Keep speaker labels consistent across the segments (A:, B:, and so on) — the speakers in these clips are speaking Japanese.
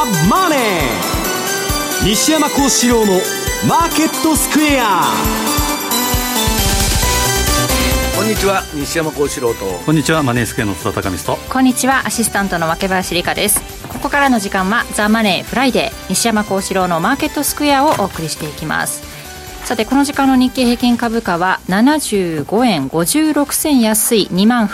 A: マネー。西山孝四郎のマーケットスクエア。
B: こんにちは、西山孝四郎と。
C: こんにちは、マネースクエアの津田貴光と。
D: こんにちは、アシスタントの若林理香です。ここからの時間はザ・マネーフライデー、西山孝四郎のマーケットスクエアをお送りしていきます。さて、この時間の日経平均株価は75円56銭安い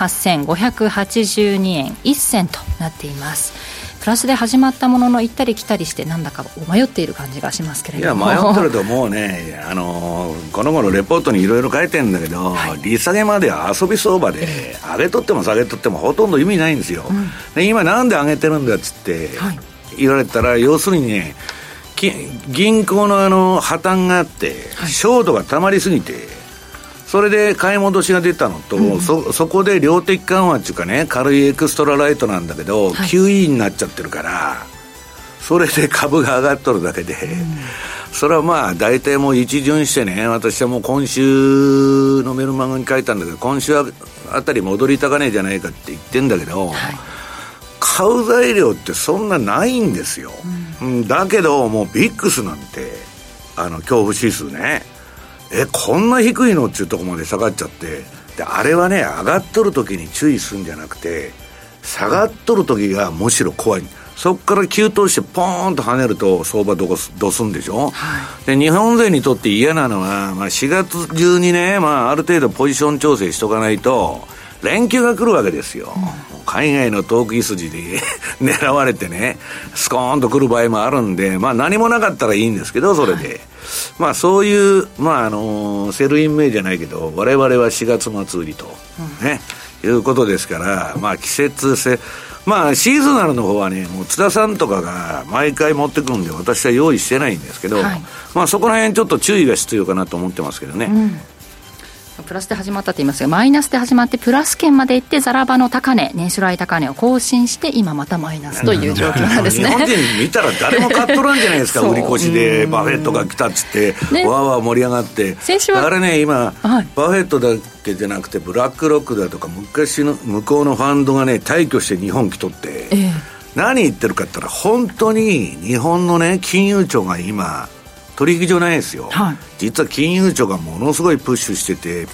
D: 28,582 円1銭となっています。プラスで始まったものの行ったり来たりしてなんだか迷っている感じがしますけれども。
B: いや、迷ってるともうね、この頃レポートにいろいろ書いてるんだけど、はい、利下げまでは遊び相場で、上げとっても下げとってもほとんど意味ないんですよ、で今なんで上げてるんだっつって、言われたら、要するにね、銀行の破綻があって、ショートが溜まりすぎて、それで買い戻しが出たのと、そこで量的緩和っていうかね、軽いエクストラライトなんだけど、QE になっちゃってるから、それで株が上がっとるだけで、それはまあ大体もう一巡してね、私はもう今週のメルマガに書いたんだけど、今週あたり戻り高値じゃないかって言ってんだけど、買う材料ってそんなないんですよ、だけどもうビックスなんて恐怖指数ね、こんな低いのっていうところまで下がっちゃって、であれはね、上がっとる時に注意するんじゃなくて、下がっとる時がむしろ怖い。そこから急騰してポーンと跳ねると相場どすんでしょ、で日本勢にとって嫌なのは、4月中にね、ある程度ポジション調整しとかないと連休が来るわけですよ、海外の遠く筋で狙われてね、スコーンと来る場合もあるんで、何もなかったらいいんですけど、それで、そういう、セルインメイじゃないけど、我々は4月末売りと、いうことですから、季節性、シーズナルの方はね、もう津田さんとかが毎回持ってくるんで、私は用意してないんですけど、そこら辺ちょっと注意が必要かなと思ってますけどね、
D: プラスで始まったと言いますが、マイナスで始まってプラス圏まで行って、ザラバの高値、年初来高値を更新して、今またマイナスという状況なんですね。
B: 日本人見たら誰も買っとらんじゃないですか売り越しでバフェットが来たっつって、わーわー盛り上がって、先週はあれね、今、バフェットだけじゃなくてブラックロックだとか昔の向こうのファンドがね、退去して日本来とって、何言ってるかって言ったら、本当に日本のね、金融庁が今取引所ないですよ、実は金融庁がものすごいプッシュしてて、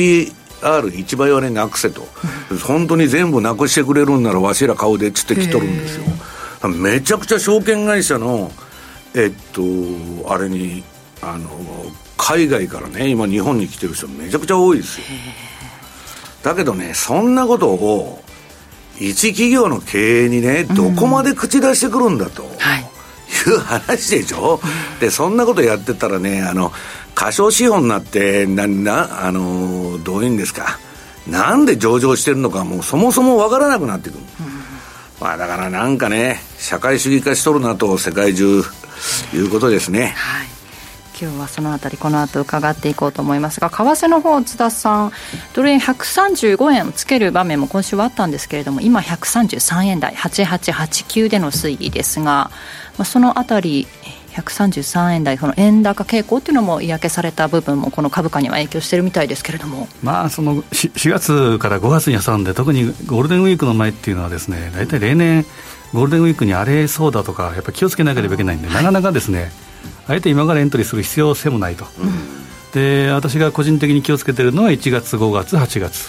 B: PBR1 倍はね、なくせと、本当に全部なくしてくれるんならわしら買うでっつって来とるんですよ。めちゃくちゃ証券会社のあれに海外からね、今日本に来てる人めちゃくちゃ多いですよ。だけどね、そんなことを一企業の経営にね、どこまで口出してくるんだと、いう話でしょ、でそんなことやってたらね、過小資本になってどういうんですか、なんで上場してるのかもうそもそもわからなくなってくる、だからなんかね、社会主義化しとるなと世界中いうことですね。
D: 今日はそのあたりこの後伺っていこうと思いますが、為替の方、津田さん、ドル円135円をつける場面も今週はあったんですけれども、今133円台8889での推移ですが、そのあたり133円台、この円高傾向というのも嫌気された部分もこの株価には影響しているみたいですけれども、
C: その 4月から5月に挟んで、特にゴールデンウィークの前っていうのはですね、大体例年ゴールデンウィークに荒れそうだとか、やっぱり気をつけなければいけないんで、なかなかですね、あえて今からエントリーする必要性もないと、で私が個人的に気をつけているのは1月5月8月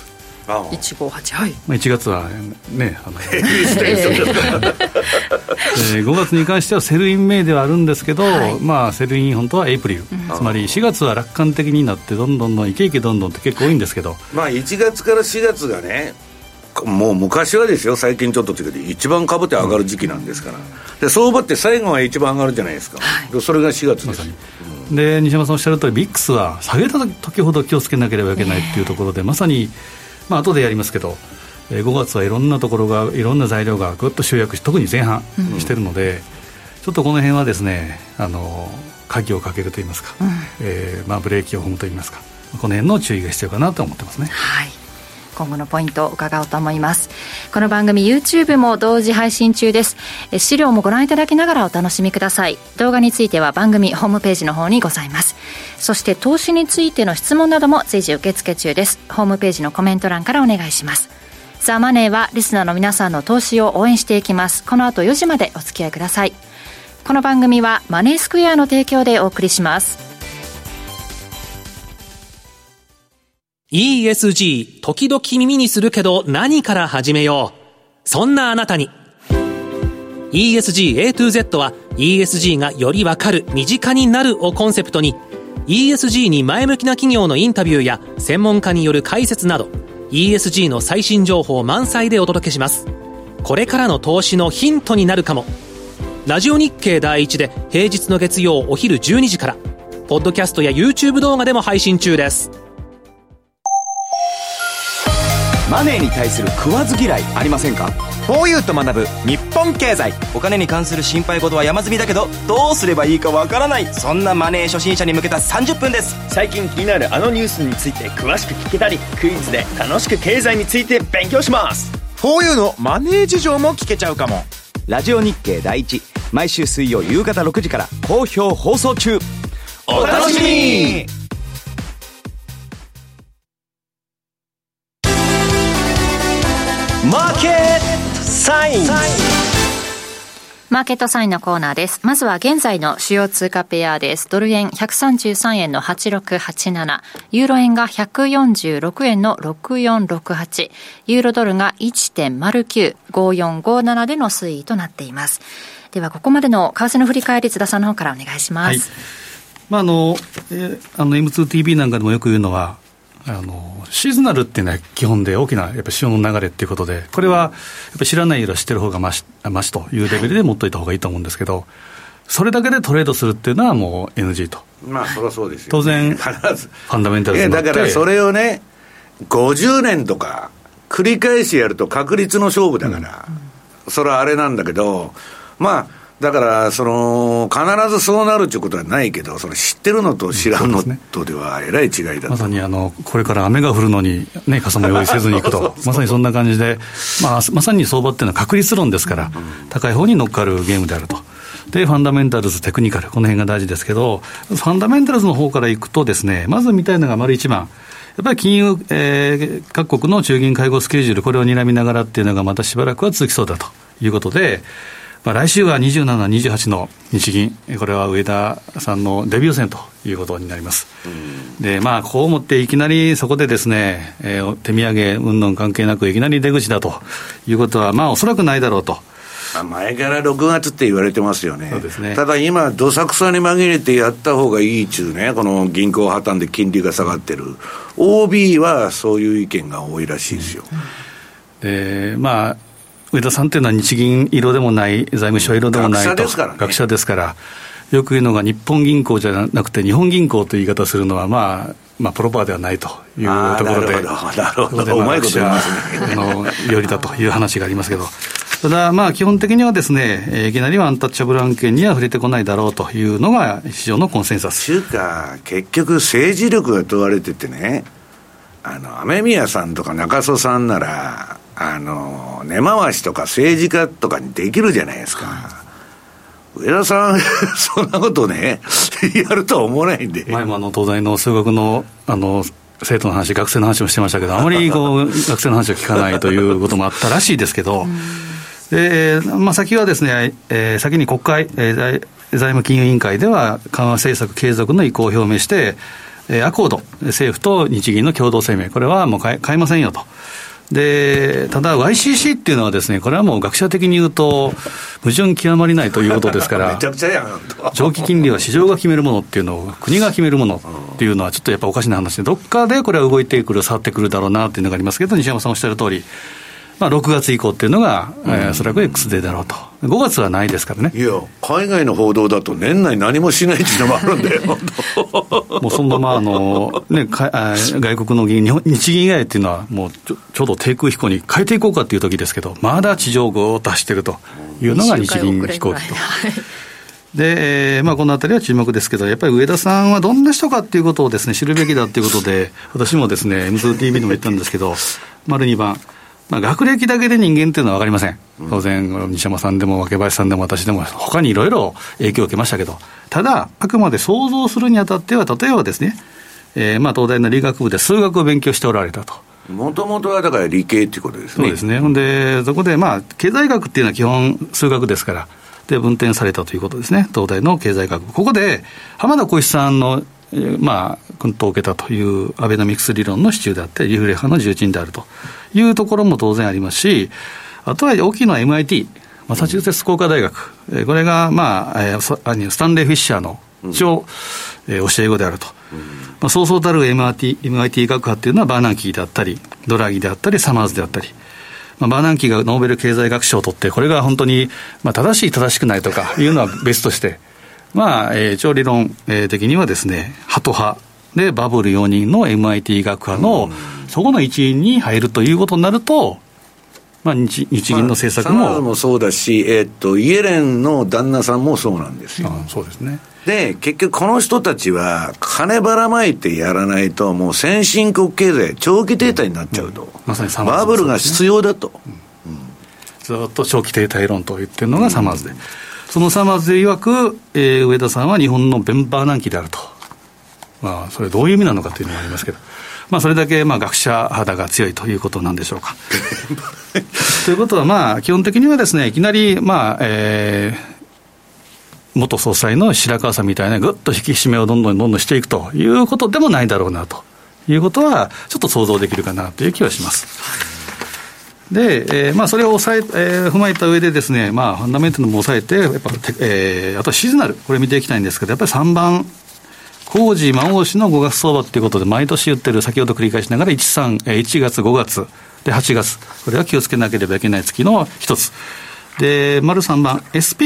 D: 158、
C: 1月はね5月に関してはセルインメイではあるんですけど、セルイン本当はエイプリル、つまり4月は楽観的になってどんどんイケイケどんどんって結構多いんですけど、
B: 1月から4月がね、もう昔はですよ、最近ちょっと違って一番株って上がる時期なんですから、で相場って最後は一番上がるじゃないですか、それが4月です、
C: で西山さんおっしゃる通り、ビックスは下げた時ほど気をつけなければいけないっていうところで、まさに後でやりますけど、5月はいろんなところが、いろんな材料がぐっと集約し、特に前半してるので、ちょっとこの辺はですね、鍵をかけるといいますか、ブレーキを踏むといいますか、この辺の注意が必要かなと思ってますね。
D: 今後のポイントを伺おうと思います。この番組 YouTube も同時配信中です。資料もご覧いただきながらお楽しみください。動画については番組ホームページの方にございます。そして投資についての質問なども随時受付中です。ホームページのコメント欄からお願いします。ザ・マネーはリスナーの皆さんの投資を応援していきます。この後4時までお付き合いください。 この番組はマネースクエアの提供でお送りします。
E: ESG 時々耳にするけど何から始めよう、そんなあなたに ESG A to Z は ESG がよりわかる、身近になるをコンセプトに ESG に前向きな企業のインタビューや専門家による解説など ESG の最新情報満載でお届けします。これからの投資のヒントになるかも。ラジオ日経第一で平日の月曜お昼12時からポッドキャストや YouTube 動画でも配信中です。
F: マネーに対する食わず嫌いありませんか？ 4U と学ぶ日本経済。お金に関する心配事は山積みだけどどうすればいいかわからない、そんなマネー初心者に向けた30分です。
G: 最近気になるあのニュースについて詳しく聞けたり、クイズで楽しく経済について勉強します。
F: 4U のマネー事情も聞けちゃうかも。ラジオ日経第一、毎週水曜夕方6時から好評放送中。
G: お楽しみに。
A: マーケットサイン。
D: マーケットサインのコーナーです。まずは現在の主要通貨ペアです。ドル円133円の8687、ユーロ円が146円の6468、ユーロドルが 1.095457 での推移となっています。ではここまでの為替の振り返り、津田さんの方からお願いします。
C: はい、M2TV なんかでもよく言うのはシーズナルっていうのは基本で大きなやっぱ潮の流れっていうことで、これはやっぱ知らないよりは知ってる方がマシというレベルで持っといた方がいいと思うんですけど、それだけでトレードするっていうのはもう NG と。
B: まあそりゃそうですよ、
C: 当然
B: 必ず
C: ファンダメンタルズになって、
B: だからそれをね50年とか繰り返しやると確率の勝負だから、それはあれなんだけど、まあだから必ずそうなるっていうことはないけど、それ知ってるのと知らんのとではえらい違いだと。
C: まさにこれから雨が降るのに、ね、傘も用意せずに行くとまさにそんな感じで、まさに相場っていうのは確率論ですから、高い方に乗っかるゲームであると。でファンダメンタルズ、テクニカル、この辺が大事ですけど、ファンダメンタルズの方からいくとですね、まず見たいのが丸一番、やっぱり金融、各国の中銀会合スケジュール、これを睨みながらっていうのがまたしばらくは続きそうだということで、来週は27、28の日銀、これは上田さんのデビュー戦ということになります。でこう思っていきなりそこでですね、手土産云々関係なくいきなり出口だということはおそらくないだろうと。
B: 前から6月って言われてますよね。
C: そうですね。
B: ただ今どさくさに紛れてやった方がいいっちゅうね、この銀行破綻で金利が下がってる OB はそういう意見が多いらしいですよ。
C: で上田さんというのは日銀色でもない財務省色でもないと、
B: 学者ですからね。
C: 学者ですから、よく言うのが日本銀行じゃなくて日本銀行という言い方をするのはプロパーではないというところで、
B: なるほど、うまいこと言いますね。
C: よりだという話がありますけど、ただ基本的にはですね、いきなりはアンタッチャブル案件には触れてこないだろうというのが市場のコンセンサス。
B: というか結局政治力が問われててね、雨宮さんとか中曽さんなら根回しとか政治家とかにできるじゃないですか。上田さんそんなことねやるとは思わないんで。
C: 前も東大の数学の生徒の話、学生の話もしてましたけど、あまり学生の話を聞かないということもあったらしいですけど、で先はですね、先に国会、財務金融委員会では緩和政策継続の意向を表明して、アコード、政府と日銀の共同声明、これはもう変えませんよと。でただ YCC っていうのはですね、これはもう学者的に言うと矛盾極まりないということですから
B: めちゃくちゃやん
C: 長期金利は市場が決めるものっていうのを国が決めるものっていうのはちょっとやっぱおかしな話で、どっかでこれは動いてくる、触ってくるだろうなっていうのがありますけど、西山さんおっしゃる通り、6月以降っていうのが、おそらく X デーだろうと。5月はないですからね。
B: いや海外の報道だと年内何もしないっていうのもあるんだよ
C: もうそのまま外国の日銀以外っていうのはもうちょうど低空飛行に変えていこうかっていう時ですけど、まだ地上を出してるというのが日銀飛行機と。でこのあたりは注目ですけど、やっぱり上田さんはどんな人かっていうことをですね知るべきだっていうことで、私もですね M2TV でも言ったんですけど、丸2番、学歴だけで人間っていうのは分かりません。当然西山さんでも若林さんでも私でも他にいろいろ影響を受けましたけど、ただあくまで想像するにあたっては、例えばですね、東大の理学部で数学を勉強しておられたと。
B: もともとはだから理系っていうことですね。
C: そうですね。ほんでそこで経済学っていうのは基本数学ですから、 で分転されたということですね。東大の経済学部、ここで浜田浩一さんの薫陶を受けたというアベノミクス理論の支柱であってリフレ派の重鎮であるというところも当然ありますし、あとは大きいのは MIT マサチューセッツ工科大学、これが、スタンレー・フィッシャーの教え子であると、そうそうたる MIT 学派っていうのはバーナンキーであったりドラギであったりサマーズであったり、バーナンキーがノーベル経済学賞を取ってこれが本当に、正しい正しくないとかいうのは別として超理論的にはですね、ハト派でバブル4人の MIT 学派のそこの一員に入るということになると、日銀の政策も、
B: サマーズもそうだし、イエレンの旦那さんもそうなんですよ。
C: そうですね。
B: で結局この人たちは金ばらまいてやらないともう先進国経済長期停滞になっちゃうと、
C: まさにサマーズ、
B: バブルが必要だと、
C: ずっと長期停滞論と言ってるのがサマーズで、そのサマーズで曰く、上田さんは日本のベンバーナンキーであると、それどういう意味なのかというのもありますけど、それだけ学者肌が強いということなんでしょうかということは基本的にはですね、いきなり元総裁の白川さんみたいなぐっと引き締めをどんどんしていくということでもないだろうなということはちょっと想像できるかなという気はします。で、それを踏まえた上でですね、ファンダメンタルも抑えてやっぱ、あとはシーズナルこれ見ていきたいんですけど、やっぱり3番工事満大しの5月相場ということで毎年言ってる、先ほど繰り返しながら1月5月で8月、これは気をつけなければいけない月の一つで、丸3番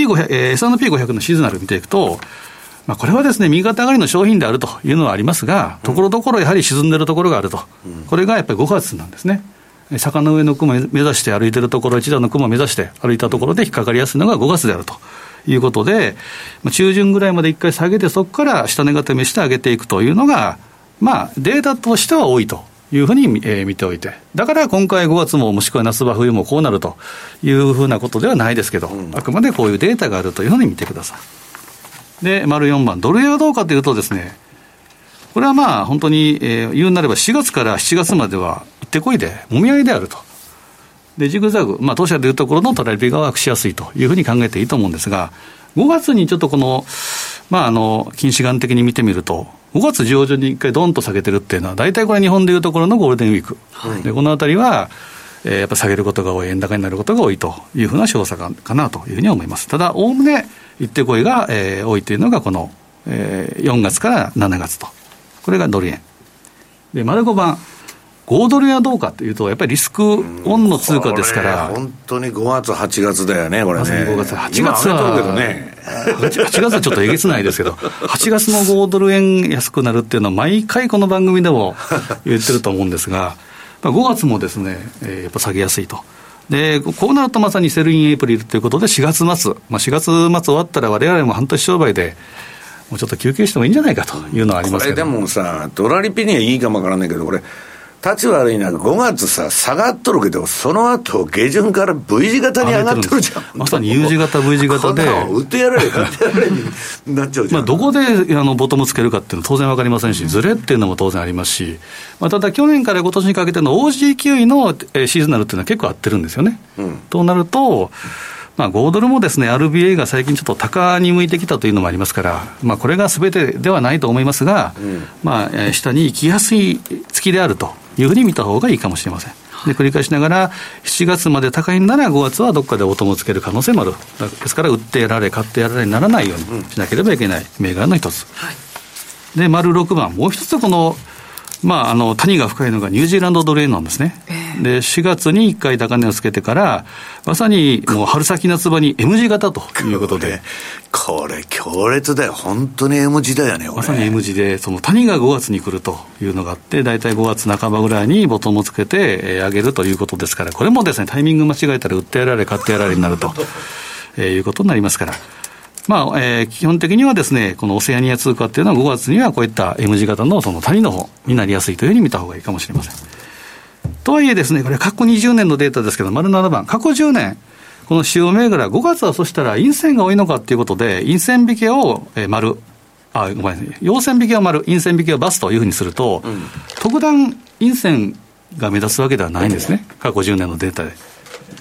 C: S&P500 のシーズナル見ていくと、これはですね、右肩上がりの商品であるというのはありますが、ところどころやはり沈んでるところがあると、これがやっぱり5月なんですね。坂の上の雲を目指して歩いてるところ、一段の雲を目指して歩いたところで引っかかりやすいのが5月であるということで、中旬ぐらいまで1回下げて、そこから下値固めして上げていくというのが、データとしては多いというふうに見ておいて、だから今回5月ももしくは夏場冬もこうなるというふうなことではないですけど、あくまでこういうデータがあるというふうに見てください。で、丸4番ドル円はどうかというとですね、これは本当に、言うなれば4月から7月までは行ってこいでもみ合いであると。でジグザグ、当社でいうところのトラリピがワークしやすいというふうに考えていいと思うんですが、5月にちょっとこの、近視眼的に見てみると、5月上旬に1回ドンと下げてるっていうのは、大体これ日本でいうところのゴールデンウィーク、でこのあたりは、やっぱ下げることが多い、円高になることが多いというふうな商差かなというふうに思います。ただおおむね行ってこいが、多いというのがこの、4月から7月と、これがドル円で、丸5番5ドル円はどうかというと、やっぱりリスクオンの通貨ですから、
B: 本当に5月8月だよね、これね。
C: 5月8月
B: はけどね、
C: 8月はちょっとえげつないですけど8月の5ドル円安くなるっていうのは毎回この番組でも言ってると思うんですが5月もですね、やっぱ下げやすいと。でこうなるとまさにセルインエイプリルということで4月末、4月末終わったら我々も半年商売でもうちょっと休憩してもいいんじゃないかというのはありますけど、
B: これでもさ、ドラリピにはいいかもわからないけど、これ立ち悪いな、5月さ下がっとるけど、その後下旬から V 字型に上がっとるじゃん。
C: まさに U 字型 V 字型で
B: 売ってやられ買ってやられになっちゃうじゃん。
C: どこでボトムつけるかっていうのは当然分かりませんし、ズレっていうのも当然ありますし、ただ去年から今年にかけての OG9 のシーズナルっていうのは結構合ってるんですよね、となると5ドルもですね、RBA が最近ちょっと高に向いてきたというのもありますから、これが全てではないと思いますが、下に行きやすい月であるというふうに見た方がいいかもしれません。で繰り返しながら7月まで高いんなら5月はどっかでお供をつける可能性もある。ですから売ってやられ買ってやられにならないようにしなければいけない銘柄の一つ、で丸6番もう一つこの谷が深いのがニュージーランドドル円なんですね、で4月に1回高値をつけてからまさにもう春先夏場に M 字型ということで
B: これ強烈だよ、本当に M 字だよね。
C: まさに M 字で、その谷が5月に来るというのがあって、だいたい5月半ばぐらいにボトムをつけて上げるということですから、これもですねタイミング間違えたら売ってやられ買ってやられになるということになりますから、基本的にはですね、このオセアニア通貨っていうのは5月にはこういった M 字型のその谷の方になりやすいというふうに見た方がいいかもしれません。とはいえですね、これ過去20年のデータですけど、丸7番過去10年この主要銘柄5月はそしたら陰線が多いのかということで、陰線引けを丸、ごめんなさい、陽線引けを丸、陰線引けをバスというふうにすると、特段陰線が目立つわけではないんですね、過去10年のデータで。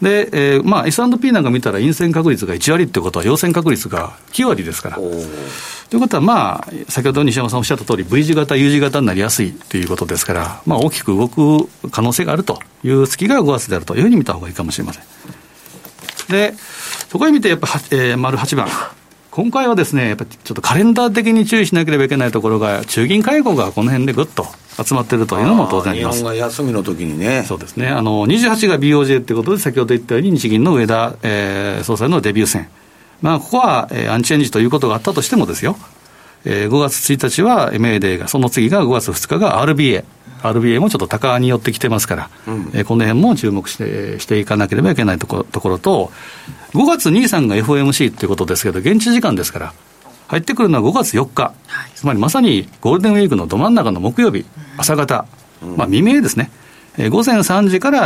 C: で、S&P なんか見たら陰線確率が1割ってことは陽線確率が9割ですから。ということは、先ほど西山さんおっしゃった通り V 字型 U 字型になりやすいということですから、大きく動く可能性があるという月が5月であるというふうに見た方がいいかもしれません。でそこへ見てやっぱ、丸8番、今回はですねやっぱりちょっとカレンダー的に注意しなければいけないところが、中銀会合がこの辺でぐっと集まっているというのも当然あります。
B: 日本が休みの時にね。
C: そうですね。28が BOJ ということで、先ほど言ったように日銀の上田、総裁のデビュー戦。ここは、アンチェンジということがあったとしてもですよ。5月1日は MA デーが、その次が5月2日が RBA もちょっと高に寄ってきてますから、この辺も注目していかなければいけないところと、5月2、3が FOMC ということですけど、現地時間ですから、入ってくるのは5月4日、つまりまさにゴールデンウィークのど真ん中の木曜日、朝方、未明ですね、午前3時から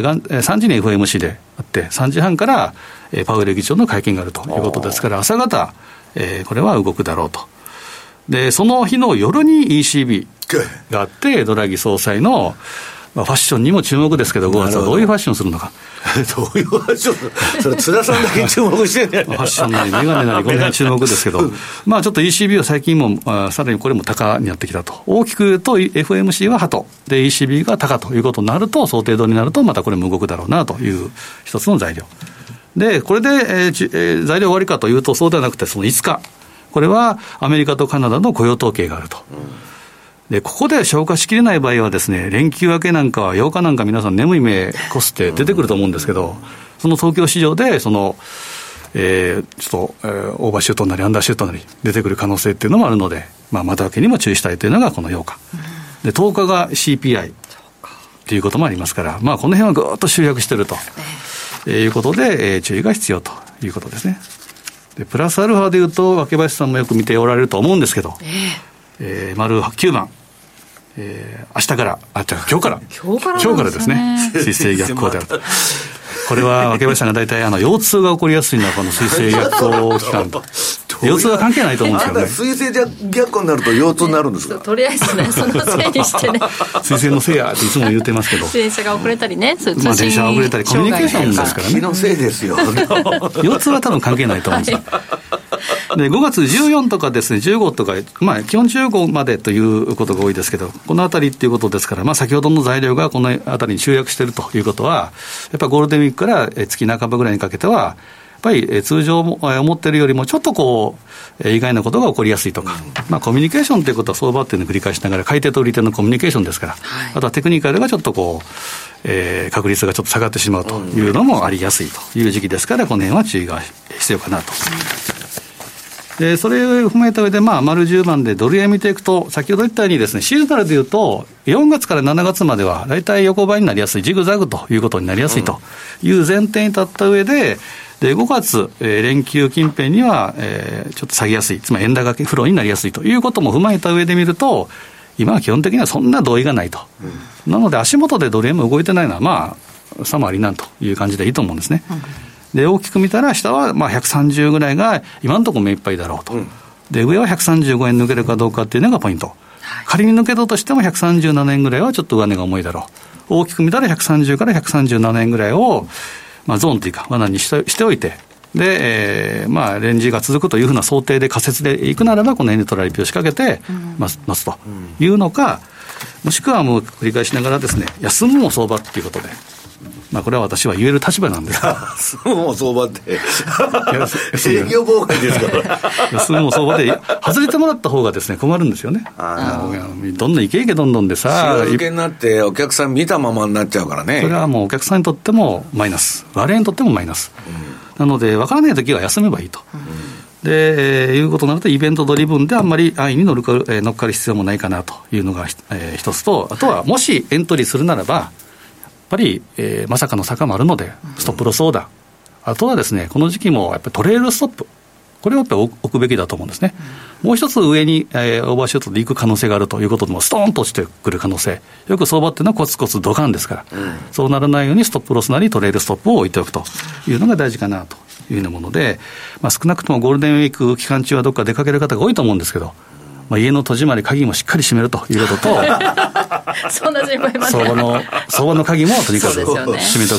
C: 、3時に FOMC であって、3時半からパウエル議長の会見があるということですから、朝方、これは動くだろうと。で、その日の夜に ECB があって、ドラギ総裁の、ファッションにも注目ですけど、5月はどういうファッションするのか。
B: どういうファッションそれ津田さんだけ注目してるんだよね。
C: ファッションなりメガネなりこの辺注目ですけど、ちょっと ECB は最近もさらにこれも高になってきたと。大きく言うと FMC はハトで ECB が高ということになると、想定通りになるとまたこれも動くだろうなという一つの材料で、これで、材料終わりかというとそうではなくて、その5日、これはアメリカとカナダの雇用統計があると。でここで消化しきれない場合はですね、連休明けなんかは8日なんか皆さん眠い目こすって出てくると思うんですけど、その東京市場でその、ちょっと、オーバーシュートなりアンダーシュートなり出てくる可能性っていうのもあるので、窓開けにも注意したいというのがこの8日で、10日が CPI ということもありますから、この辺はぐーっと集約していると、いうことで、注意が必要ということですね。でプラスアルファでいうと若林さんもよく見ておられると思うんですけど、丸9番、明日から今日からですね、水星逆行であると。これは若林さんが大体腰痛が起こりやすいのはこの水星逆行期間と。腰痛は関係ないと思うんですけどね。
B: 水星逆行になると腰痛になるんですか。
D: とりあえずね、そのせいにしてね。
C: 水星のせいやっていつも言ってますけど。
D: 電車が遅れたりね、電
C: 車が遅れたりコミュニケーションですからね。
B: 気のせいですよ。
C: 腰痛は多分関係ないと思うんですよ。で5月14とかですね、15とか、基本15までということが多いですけど、このあたりっていうことですから、先ほどの材料がこのあたりに集約しているということは、やっぱりゴールデンウィークから月半ばぐらいにかけては、やっぱり通常思っているよりもちょっと意外なことが起こりやすいとか、コミュニケーションということは相場っていうのを繰り返しながら、買い手と売り手のコミュニケーションですから、あとはテクニカルがちょっと確率がちょっと下がってしまうというのもありやすいという時期ですから、この辺は注意が必要かなと。でそれを踏まえた上で、丸10番でドル円見ていくと、先ほど言ったようにですね、シーズナルでいうと4月から7月までは大体横ばいになりやすい、ジグザグということになりやすいという前提に立った上で、5月、連休近辺には、ちょっと下げやすい、つまり円高フローになりやすいということも踏まえた上で見ると、今は基本的にはそんな同意がないと、なので足元でドル円も動いてないのはさもありなんという感じでいいと思うんですね。で大きく見たら下は130ぐらいが今のところ目いっぱいだろうと、で上は135円抜けるかどうかっていうのがポイント、仮に抜けたとしても137円ぐらいはちょっと上値が重いだろう、大きく見たら130から137円ぐらいを、ゾーンというか罠にしておいて、で、レンジが続くというふうな想定で仮説でいくならば、この辺でトラリピを仕掛けて待つというのか、もしくはもう繰り返しながらですね、休むも相場っていうことで、これは私は言える立場なんですが、
B: 休むも相場って営業妨害ですから
C: 休むも相場で外れてもらった方がですね困るんですよね。どんどんイケイケどんどんでさ、
B: 塩漬けになってお客さん見たままになっちゃうからね。
C: それはもうお客さんにとってもマイナス、我々にとってもマイナス、なので分からないときは休めばいいと、でいうことになると、イベントドリブンであんまり安易に乗っかる必要もないかなというのが一つと、あとはもしエントリーするならばやっぱり、まさかの坂もあるのでストップロスオーダー、あとはですね、この時期もやっぱりトレールストップ、これをやっぱり置くべきだと思うんですね。もう一つ上に、オーバーシュートで行く可能性があるということでもストーンと落ちてくる可能性、よく相場っていうのはコツコツドカンですから、そうならないようにストップロスなりトレールストップを置いておくというのが大事かなというようなもので、少なくともゴールデンウィーク期間中はどっか出かける方が多いと思うんですけど、家の戸締まり鍵もしっかり閉めるということと
D: そんな心配まで
C: 相場の鍵もとにかく閉めておくと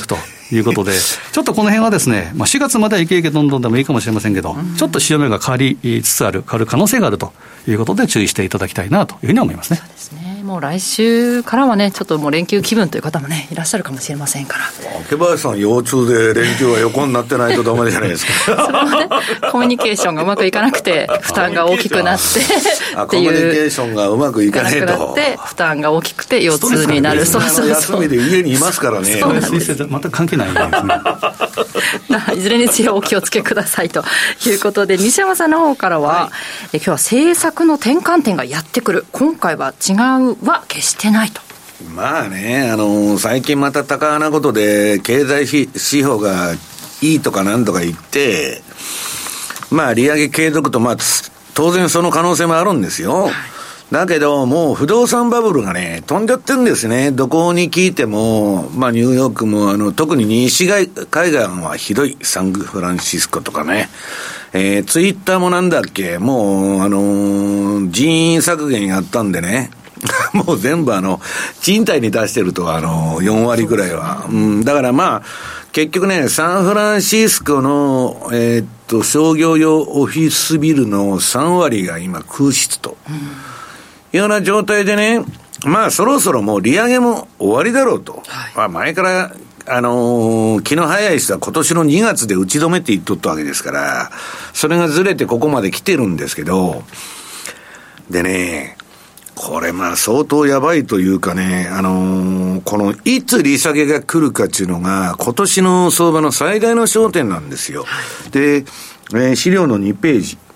C: いうことで、ちょっとこの辺はですね、4月まではイケイケどんどんでもいいかもしれませんけど、ちょっと潮目が変わりつつある、変わる可能性があるということで注意していただきたいなというふうに思いますね。
D: そうですね。もう来週からはね、ちょっともう連休気分という方もね、いらっしゃるかもしれませんから。
B: 竹林さん腰痛で連休は横になってないとダメじゃないですか。
D: それはね、コミュニケーションがうまくいかなくて負担が大きくなってっていう、
B: コミュニケーションがうまくいかないと
D: なくなって負担が大きくて腰痛になる。そうそうそう、
B: 休みで家にいますからね。
C: そうなんです。全く関係ないんですね。
D: いずれにせよお気をつけくださいということで、西山さんの方からは、今日は政策の転換点がやってくる、今回は違うは決してないと。
B: まあね、最近また高派なことで経済指標がいいとかなんとか言って、まあ利上げ継続と、まあ当然その可能性もあるんですよ。だけどもう不動産バブルがね飛んじゃってるんですね。どこに聞いても、まあニューヨークも特に西海岸はひどい。サンフランシスコとかね、ツイッターもなんだっけ、もう人員削減やったんでねもう全部賃貸に出してると4割ぐらいは、だからまあ結局ね、サンフランシスコの商業用オフィスビルの3割が今空室と、いうような状態でね、まあそろそろもう利上げも終わりだろうと、まあ前から気の早い人は今年の2月で打ち止めって言っとったわけですから、それがずれてここまで来てるんですけど、でね、これまあ相当やばいというかね、このいつ利下げが来るかっていうのが今年の相場の最大の焦点なんですよ。で、資料の2ページ。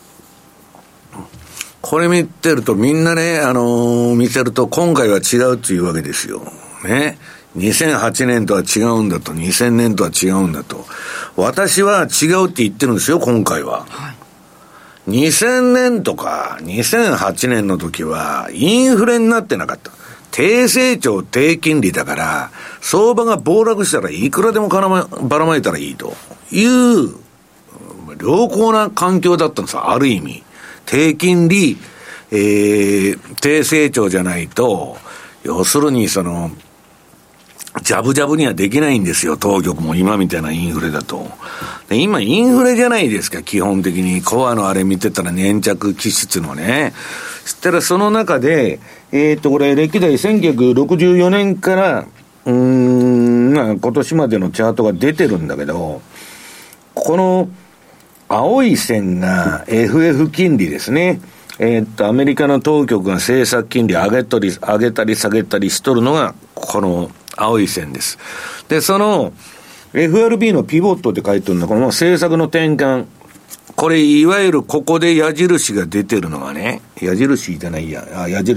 B: これ見てるとみんなね、見せると今回は違うというわけですよ。ね。2008年とは違うんだと、2000年とは違うんだと。私は違うって言ってるんですよ、今回は。2000年とか2008年の時はインフレになってなかった。低成長低金利だから相場が暴落したらいくらでもばらまいたらいいという良好な環境だったんですよ、ある意味。低金利、低成長じゃないと、要するにジャブジャブにはできないんですよ、当局も今みたいなインフレだと。で今インフレじゃないですか、基本的に。コアのあれ見てたら粘着気質のね。そしたらその中で、これ歴代1964年から、今年までのチャートが出てるんだけど、この青い線が FF 金利ですね。アメリカの当局が政策金利上げたり下げたりしとるのが、この青い線です。で、その FRB のピボットって書いてるのは、この政策の転換。これ、いわゆるここで矢印が出てるのがね、矢印じゃないや、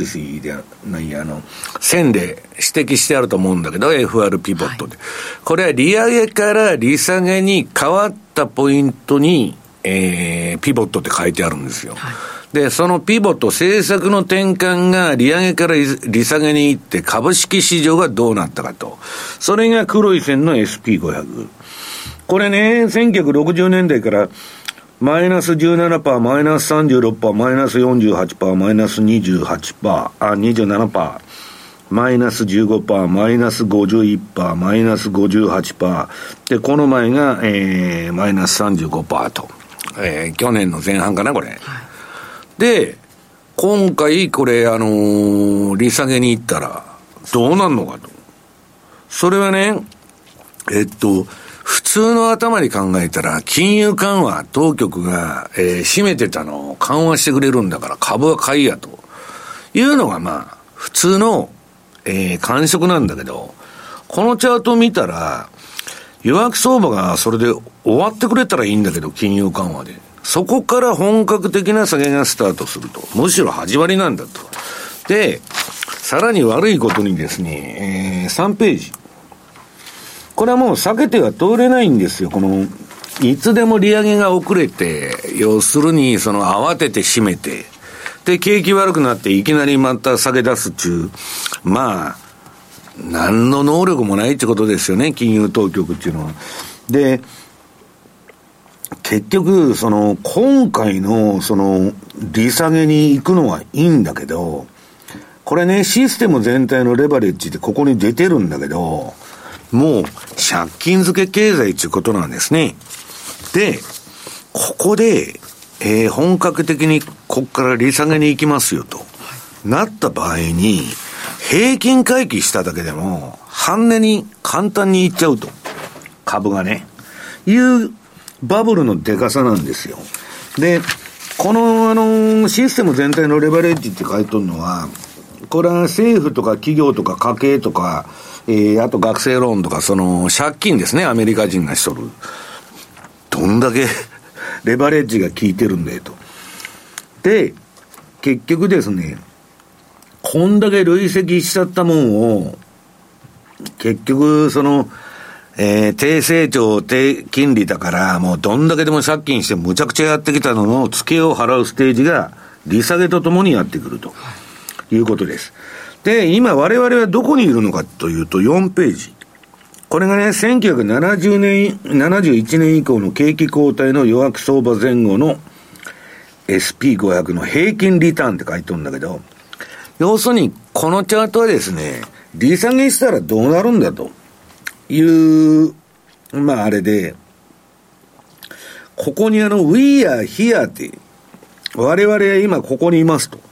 B: 線で指摘してあると思うんだけど、FR ピボットで。これは利上げから利下げに変わったポイントに、ピボットって書いてあるんですよ。で、そのピボット、政策の転換が利上げから利下げに行って株式市場がどうなったかと。それが黒い線の SP500。これね、1960年代からマイナス 17%、マイナス 36%、マイナス 48%、マイナス 27%、マイナス 15%、マイナス 51%、マイナス 58%。で、この前が、マイナス 35% と。去年の前半かな、これ。で、今回これ、利下げに行ったら、どうなんのかと。それはね、普通の頭に考えたら、金融緩和、当局が、占めてたのを緩和してくれるんだから、株は買いや、というのが、まあ、普通の、感触なんだけど、このチャートを見たら、弱気相場がそれで終わってくれたらいいんだけど、金融緩和で。そこから本格的な下げがスタートすると。むしろ始まりなんだと。で、さらに悪いことにですね、3ページ。これはもう避けては通れないんですよ。いつでも利上げが遅れて、要するに慌てて締めて、で、景気悪くなっていきなりまた下げ出すっちゅう、まあ、何の能力もないってことですよね、金融当局っていうのは。で、結局、今回の、利下げに行くのはいいんだけど、これね、システム全体のレバレッジってここに出てるんだけど、 もう借金付け経済ということなんですね。で、ここで、本格的にここから利下げに行きますよと、なった場合に、平均回帰しただけでも、半値に簡単にいっちゃうと。株がね。いうバブルのデカさなんですよ。で、このシステム全体のレバレッジって書いてるのは、これは政府とか企業とか家計とか、あと学生ローンとか、その借金ですね、アメリカ人がしとる。どんだけレバレッジが効いてるんだよと。で、結局ですね、こんだけ累積しちゃったもんを、結局その、低成長、低金利だから、もうどんだけでも借金してむちゃくちゃやってきたのの付けを払うステージが利下げとともにやってくるということです。で、今我々はどこにいるのかというと4ページ。これがね、1971年以降の景気後退の弱気相場前後の SP500 の平均リターンって書いてるんだけど、要するにこのチャートはですね、利下げしたらどうなるんだという、まああれで、ここにWe are here って、我々は今ここにいますと。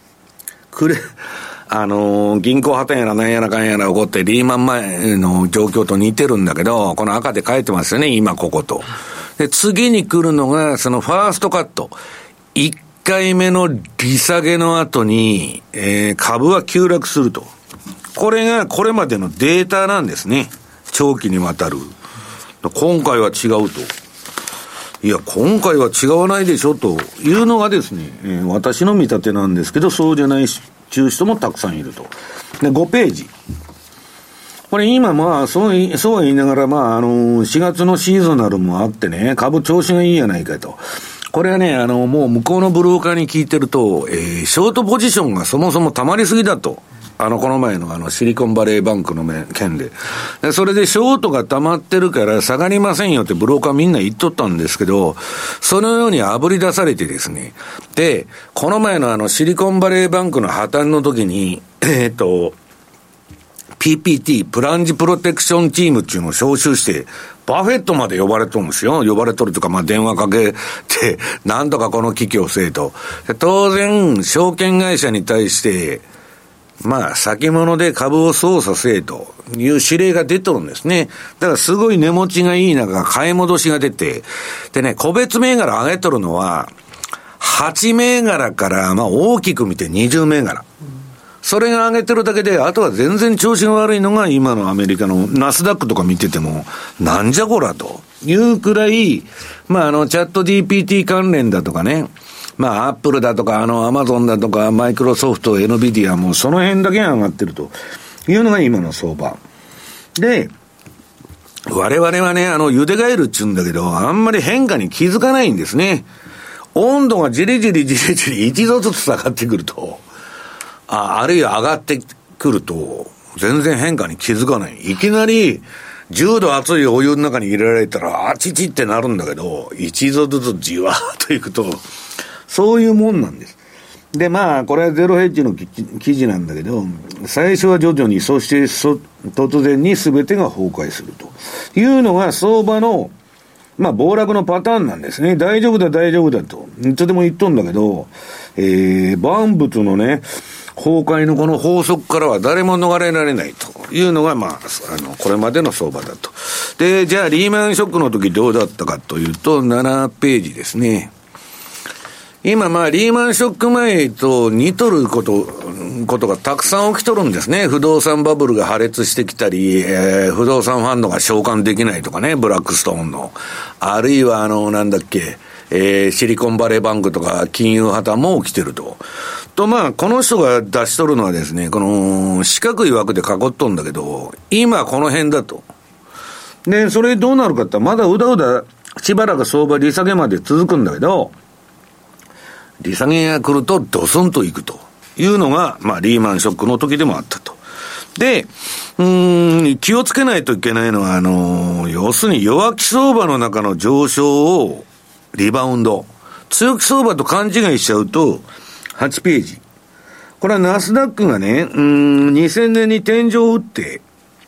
B: 銀行破綻やらなんやらかんやら起こってリーマン前の状況と似てるんだけど、この赤で書いてますよね、今ここと。で、次に来るのが、そのファーストカット。1回目の利下げの後に、株は急落すると。これがこれまでのデータなんですね。長期にわたる。今回は違うと。いや、今回は違わないでしょというのがですね、私の見立てなんですけど、そうじゃない中人もたくさんいると。で、5ページ。これ今まあ、そう言いながらまあ、4月のシーズナルもあってね、株調子がいいやないかと。これはね、もう向こうのブローカーに聞いてると、ショートポジションがそもそも溜まりすぎだと。この前のシリコンバレーバンクの件で。それでショートが溜まってるから下がりませんよってブローカーみんな言っとったんですけど、そのように炙り出されてですね。で、この前のシリコンバレーバンクの破綻の時に、PPT、プランジプロテクションチームっていうのを招集して、バフェットまで呼ばれとるんですよ。呼ばれとるというか、まあ電話かけて、なんとかこの危機をせえと。当然、証券会社に対して、まあ、先物で株を操作せえという指令が出とるんですね。だからすごい値持ちがいい中、買い戻しが出て、でね、個別銘柄上げとるのは、8銘柄から、まあ大きく見て20銘柄。それが上げてるだけで、あとは全然調子が悪いのが今のアメリカのナスダックとか見てても、なんじゃこらというくらい、まあチャット GPT 関連だとかね、まあ、アップルだとか、アマゾンだとか、マイクロソフト、エヌビディアもその辺だけが上がってるというのが今の相場。で、我々はね、茹でガエルっちゅうんだけど、あんまり変化に気づかないんですね。温度がじりじり一度ずつ下がってくると、あるいは上がってくると、全然変化に気づかない。いきなり、10度熱いお湯の中に入れられたら、あちちってなるんだけど、一度ずつじわーっといくと、そういうもんなんです。で、まあ、これはゼロヘッジの記事なんだけど、最初は徐々に、そして突然に全てが崩壊するというのが相場の、まあ、暴落のパターンなんですね。大丈夫だと。いつでも言っとんだけど、万物のね、崩壊のこの法則からは誰も逃れられないというのが、まあ、これまでの相場だと。で、じゃあ、リーマンショックの時どうだったかというと、7ページですね。今まあリーマンショック前と似とることがたくさん起きとるんですね。不動産バブルが破裂してきたり、不動産ファンドが償還できないとかね、ブラックストーンの。あるいはなんだっけ、シリコンバレーバンクとか金融破綻も起きてると。まあ、この人が出しとるのはですね、この四角い枠で囲っとんだけど、今この辺だと。で、それどうなるかってまだうだうだしばらく相場利下げまで続くんだけど、利下げが来るとドスンといくというのが、まあ、リーマンショックの時でもあったと。で、気をつけないといけないのは、要するに弱気相場の中の上昇をリバウンド。強気相場と勘違いしちゃうと、8ページ。これはナスダックがね、2000年に天井を打って、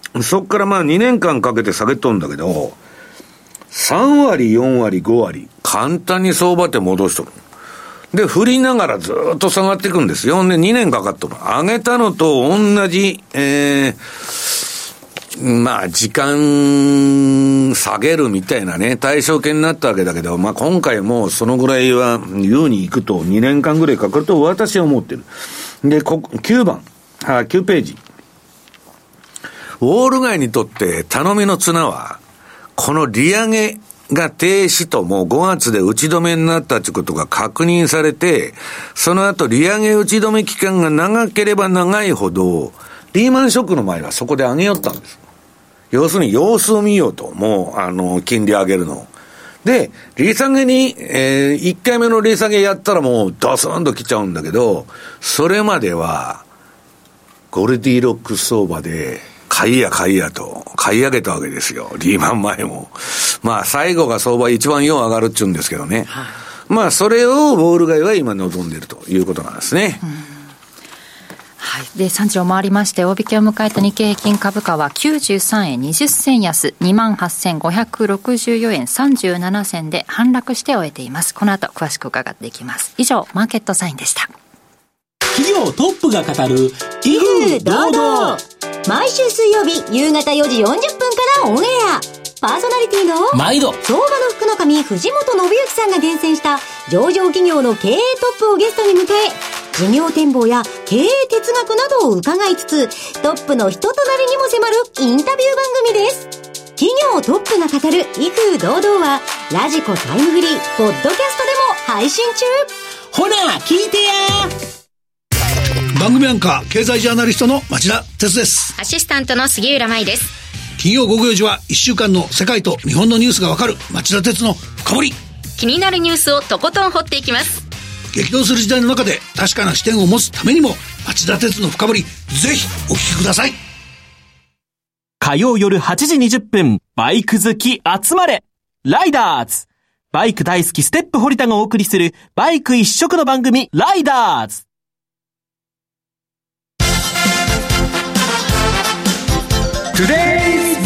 B: そっからまあ2年間かけて下げとんだけど、3割、4割、5割、簡単に相場って戻しとる。で、振りながらずっと下がっていくんですよ。で、2年かかっとる。上げたのと同じ、まあ、時間下げるみたいなね、対象圏になったわけだけど、まあ今回もそのぐらいは優に行くと2年間ぐらいかかると私は思ってる。で、9ページ。ウォール街にとって頼みの綱は、この利上げが停止ともう5月で打ち止めになったということが確認されて、その後利上げ打ち止め期間が長ければ長いほど、リーマンショックの前はそこで上げよったんです。要するに様子を見ようと、もう金利上げるの。で、利下げに、1回目の利下げやったらもうドスンと来ちゃうんだけど、それまでは、ゴルディロックス相場で、買いやと買い上げたわけですよ。リーマン前も。まあ最後が相場一番よう上がるっちゅうんですけどね。はい、まあそれをウォール街は今望んでいるということなんですね。
D: はい。で、3時を回りまして、大引けを迎えた日経平均株価は93円20銭安、28,564円37銭で反落して終えています。この後詳しく伺っていきます。以上、マーケットサインでした。
H: 企業トップが語る威風堂々、
I: 毎週水曜日夕方4時40分からオンエア。パーソナリティの
H: 毎度
I: 相場の福の神藤本信之さんが厳選した上場企業の経営トップをゲストに迎え、事業展望や経営哲学などを伺いつつ、トップの人となりにも迫るインタビュー番組です。企業トップが語る威風堂々はラジコタイムフリーポッドキャストでも配信中。
H: ほら聞いてや。
J: 番組アンカー経済ジャーナリストの町田哲です。
K: アシスタントの杉浦舞です。
J: 金曜午後4時は1週間の世界と日本のニュースがわかる町田哲の深掘り。
K: 気になるニュースをとことん掘っていきます。
J: 激動する時代の中で確かな視点を持つためにも町田哲の深掘り、ぜひお聞きください。
L: 火曜夜8時20分、バイク好き集まれライダーズ。バイク大好きステップ堀田がお送りするバイク一色の番組ライダーズ。
D: Today's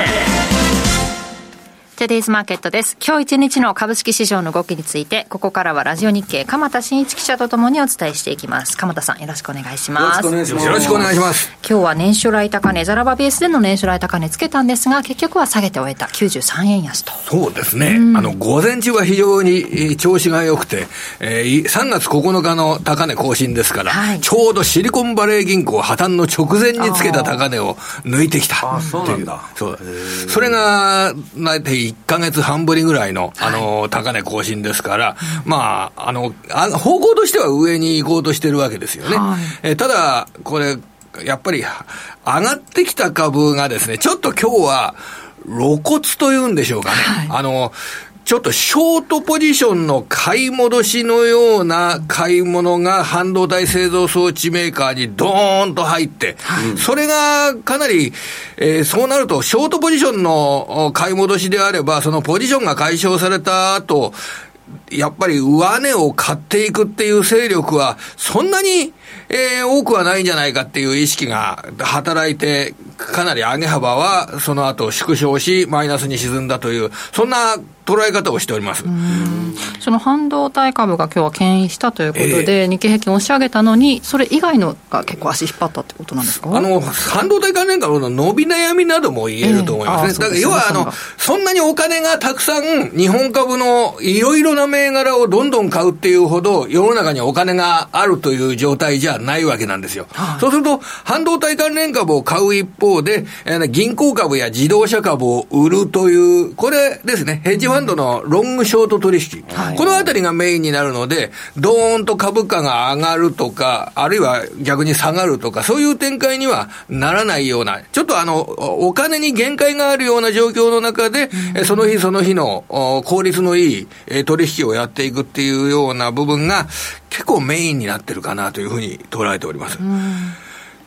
D: Market です。今日一日の株式市場の動きについて、ここからはラジオ日経鎌田新一記者とともにお伝えしていきます。鎌田さん、よろしくお願いします。
B: よろしくお願いします。
D: 今日は年初来高値、ザラバベースでの年初来高値つけたんですが、結局は下げて終えた93円安と。
M: そうですね。午前中は非常に調子が良くて、3月9日の高値更新ですから、はい、ちょうどシリコンバレー銀行破綻の直前につけた高値を抜いてきた。
B: そうなんだ。
M: それが大体1ヶ月半ぶりぐらいの、高値更新ですから、まあ、方向としては上に行こうとしてるわけですよね。はい、ただ、これ、やっぱり、上がってきた株がですね、ちょっと今日は、露骨というんでしょうかね。はい、ちょっとショートポジションの買い戻しのような買い物が半導体製造装置メーカーにドーンと入って、それがかなり、そうなるとショートポジションの買い戻しであれば、そのポジションが解消された後、やっぱり上値を買っていくっていう勢力はそんなに、多くはないんじゃないかっていう意識が働いて、かなり上げ幅はその後縮小しマイナスに沈んだという、そんな捉え方をしております。
D: その半導体株が今日は牽引したということで、日経平均押し上げたのに、それ以外のが結構足引っ張ったってことなんですか？
M: 半導体関連株の伸び悩みなども言えると思いますね。だから要はそんなにお金がたくさん日本株のいろいろな銘柄をどんどん買うっていうほど世の中にお金があるという状態じゃないわけなんですよ。はい、そうすると半導体関連株を買う一方で、銀行株や自動車株を売るという、これですね、ヘッジファンドのロングショート取引、はい、このあたりがメインになるので、ドーンと株価が上がるとか、あるいは逆に下がるとか、そういう展開にはならないような、ちょっとお金に限界があるような状況の中で、その日その日の効率のいい取引をやっていくっていうような部分が結構メインになってるかなというふうに捉えております。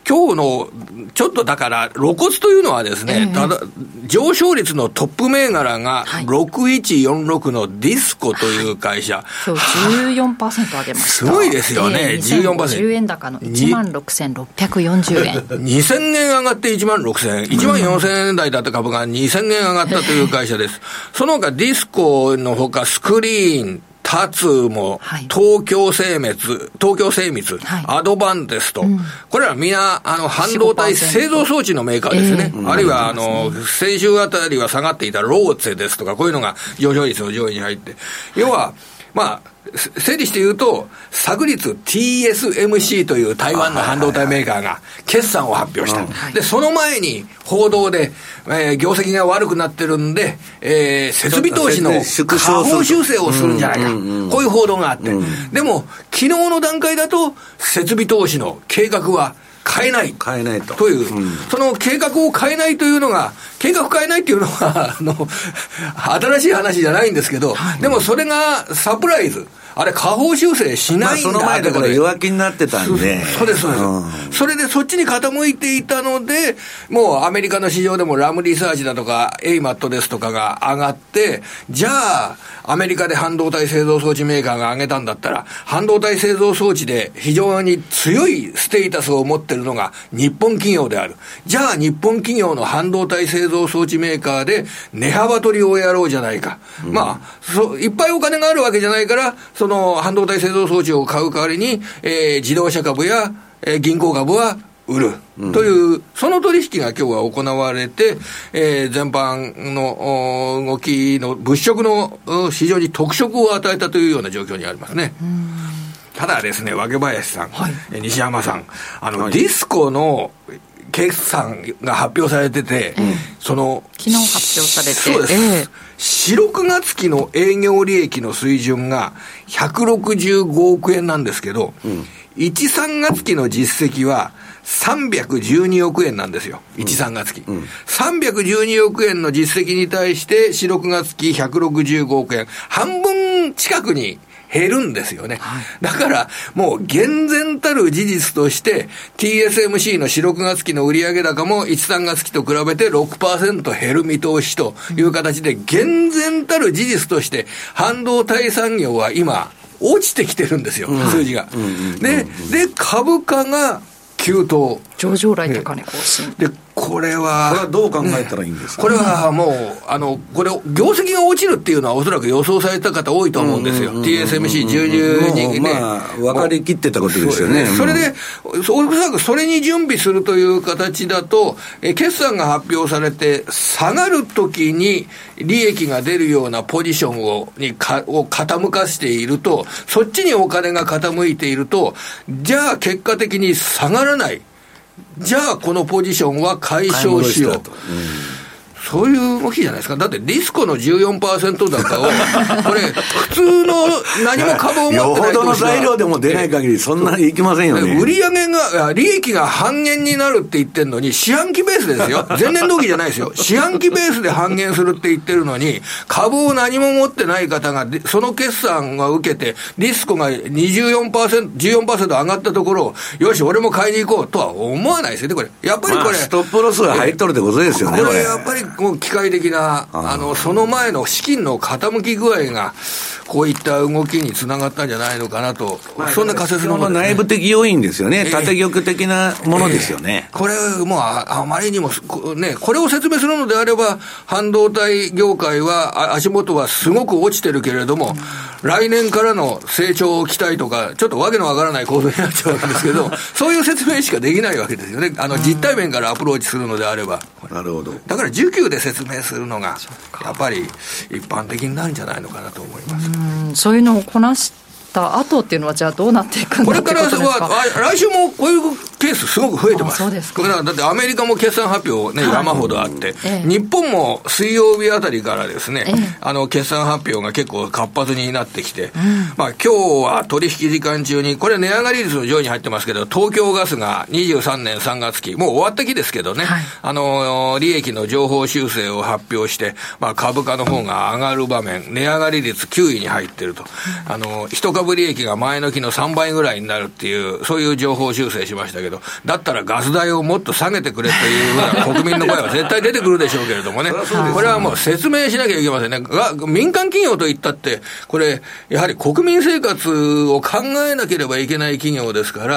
M: 今日のちょっとだから露骨というのはですね、ただ上昇率のトップ銘柄が6146のディスコという会社、
D: 今日 14% 上げました。
M: すごいですよね、14%。
D: 10円高の 16,640 円。
M: 2000円上がって1万6000円、1万4000円台だった株が2000円上がったという会社です。その他ディスコのほかスクリーン、タツも、東京精密、アドバンテスト、これはみんな半導体製造装置のメーカーですね。あるいは先週あたりは下がっていたローツェですとか、こういうのが上昇率の上位に入って、要はまあ整理して言うと、昨日 TSMC という台湾の半導体メーカーが決算を発表した。で、その前に報道で、業績が悪くなってるんで、設備投資の下方修正をするんじゃないか。こういう報道があって。でも、昨日の段階だと、設備投資の計画は変えないという、その計画を変えないというのが、計画変えないというのは新しい話じゃないんですけど、でもそれがサプライズ、あれ下方修正しないんだ、
B: その前だから弱気になってたんで、
M: そうです、それでそっちに傾いていたので、もうアメリカの市場でもラムリサーチだとかエイマットですとかが上がって、じゃあアメリカで半導体製造装置メーカーが上げたんだったら、半導体製造装置で非常に強いステータスを持っているのが日本企業である。じゃあ日本企業の半導体製造装置メーカーで値幅取りをやろうじゃないか。まあいっぱいお金があるわけじゃないから、その半導体製造装置を買う代わりに、自動車株や、銀行株は売るという、その取引が今日は行われて、全般の動きの物色の非常に特色を与えたというような状況にありますね。ただですね、若林さん、西山さん、ディスコの決算が発表されてて、
D: 昨日発表されて、
M: そうです。4、6月期の営業利益の水準が165億円なんですけど、1、3月期の実績は312億円なんですよ。1、3月期。312億円の実績に対して、4、6月期165億円。半分近くに減るんですよね。だから、もう厳然たる事実として、TSMC の4、6月期の売上高も1、3月期と比べて 6% 減る見通しという形で、厳然たる事実として、半導体産業は今、落ちてきてるんですよ、数字が。で、株価が急騰。
D: 上場来高値更新。
M: で、これは
B: どう考えたらいいんですか、
M: これはもう、これ、業績が落ちるっていうのはおそらく予想された方多いと思うんですよ。TSMC 重々にね。
B: 分かりきってたことですよね。
M: それで、おそらくそれに準備するという形だと、決算が発表されて、下がるときに利益が出るようなポジションを傾かしていると、そっちにお金が傾いていると、じゃあ結果的に下がらない。じゃあこのポジションは解消しよう。そういう動きじゃないですか。だってディスコの 14% 高をこれ普通の何も株を持ってない
B: よほどの材料でも出ない限りそんなにいきませんよね。
M: 売上が利益が半減になるって言ってるのに、四半期ベースですよ。前年同期じゃないですよ。四半期ベースで半減するって言ってるのに、株を何も持ってない方がその決算が受けてディスコが 14% 上がったところを、よし俺も買いに行こうとは思わないですよね。これやっぱりこれ、
B: ストップロスが入っとるってことですよね。
M: これやっぱりもう機械的なその前の資金の傾き具合がこういった動きにつながったんじゃないのかなと、そんな仮説のものですね。
B: 内部的要因ですよね。縦玉的なものですよね。
M: これもうあまりにもね、これを説明するのであれば、半導体業界は足元はすごく落ちてるけれども、来年からの成長を期待とか、ちょっとわけのわからない構造になっちゃうわけですけど、そういう説明しかできないわけですよね。実体面からアプローチするのであれば。
B: なるほど。
M: だから需給で説明するのがやっぱり一般的になるんじゃないのかなと思います。
D: そういうのをこなした後っていうのはじゃあどうなっていくんだってことですか。
M: これからは来週もこういうケースすごく増えてます。
D: そうですか。
M: だってアメリカも決算発表ね、山ほどあって、日本も水曜日あたりからですね、決算発表が結構活発になってきて、まあ今日は取引時間中に、これ値上がり率の上位に入ってますけど、東京ガスが23年3月期、もう終わった期ですけどね、利益の情報修正を発表して、まあ株価の方が上がる場面、値上がり率9位に入ってると、一株利益が前の期の3倍ぐらいになるっていう、そういう情報修正しましたけど、 けど、だったらガス代をもっと下げてくれというふうな国民の声は絶対出てくるでしょうけれどもね、これはもう説明しなきゃいけませんね。民間企業といったって、これ、やはり国民生活を考えなければいけない企業ですから、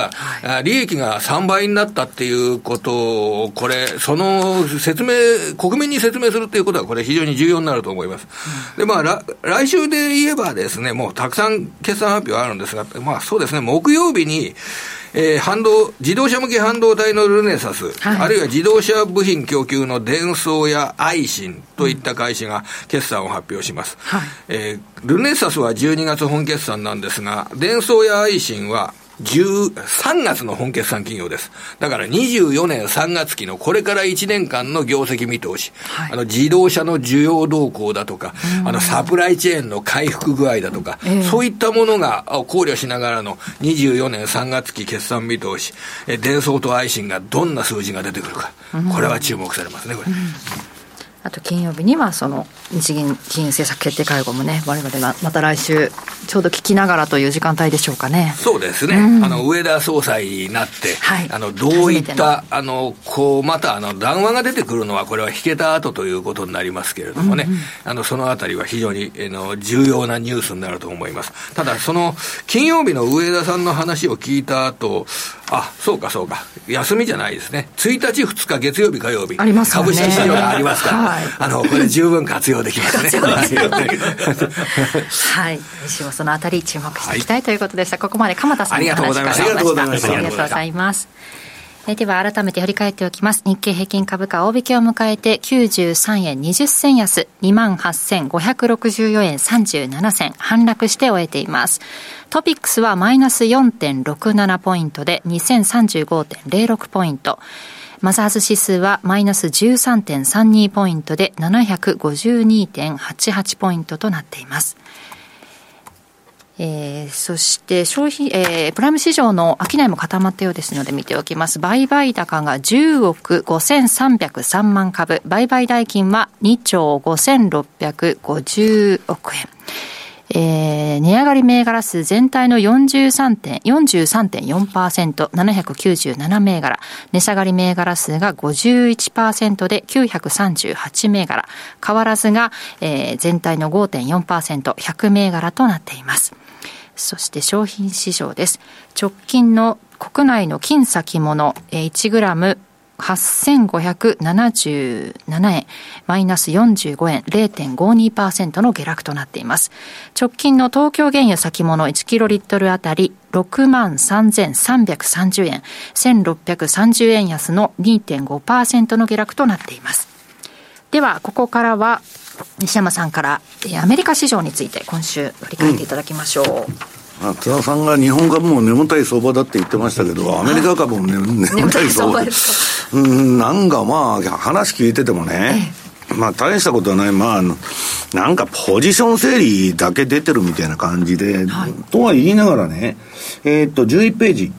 M: 利益が3倍になったっていうことを、これ、その説明、国民に説明するっていうことは、これ非常に重要になると思います。で、まあ、来週で言えばですね、もうたくさん決算発表あるんですが、まあそうですね、木曜日に、自動車向け半導体のルネサス、あるいは自動車部品供給のデンソーやアイシンといった会社が決算を発表します。ルネサスは12月本決算なんですが、デンソーやアイシンは3月の本決算企業です。だから24年3月期のこれから1年間の業績見通し、自動車の需要動向だとか、サプライチェーンの回復具合だとか、そういったものが考慮しながらの24年3月期決算見通し、デンソーとアイシンがどんな数字が出てくるか、これは注目されますね、これ。
D: あと金曜日にはその日銀金融政策決定会合もね、我々がまた来週ちょうど聞きながらという時間帯でしょうかね。
M: そうですね、上田総裁になって、どういったまた談話が出てくるのはこれは引けた後ということになりますけれどもね、そのあたりは非常に重要なニュースになると思います。ただその金曜日の上田さんの話を聞いた後、そうか休みじゃないですね、1日2日月曜日火曜日、株式市場がありますから、これ十分活用できますね。はい、
D: 来週もそのあたり注目していきたいということでした。ここまで鎌田さんにお話を伺いました。
B: ありがとうございました。
D: ありがとうございます。では改めて振り返っておきます。日経平均株価大引けを迎えて93円20銭安 28,564 円37銭反落して終えています。トピックスはマイナス 4.67 ポイントで 2035.06 ポイント。マザーズ指数はマイナス 13.32 ポイントで 752.88 ポイントとなっています。そしてプライム市場の商いも固まったようですので見ておきます。売買高が10億5303万株、売買代金は2兆5650億円。値上がり銘柄数全体の 43.4%、797銘柄。値下がり銘柄数が 51% で938銘柄。変わらずが、全体の 5.4%、100銘柄となっています。そして商品市場です。直近の国内の金先物、1グラム8577円、マイナス45円、0.52% の下落となっています。直近の東京原油先物1キロリットルあたり63,330円、1630円安の 2.5% の下落となっています。ではここからは西山さんからアメリカ市場について今週振り返っていただきましょう。
B: 津田さんが日本株も眠たい相場だって言ってましたけど、アメリカ株も、眠たい相場ですか。なんかまあ話聞いててもね、まあ大したことはない、まあなんかポジション整理だけ出てるみたいな感じで、とは言いながらね、11ページ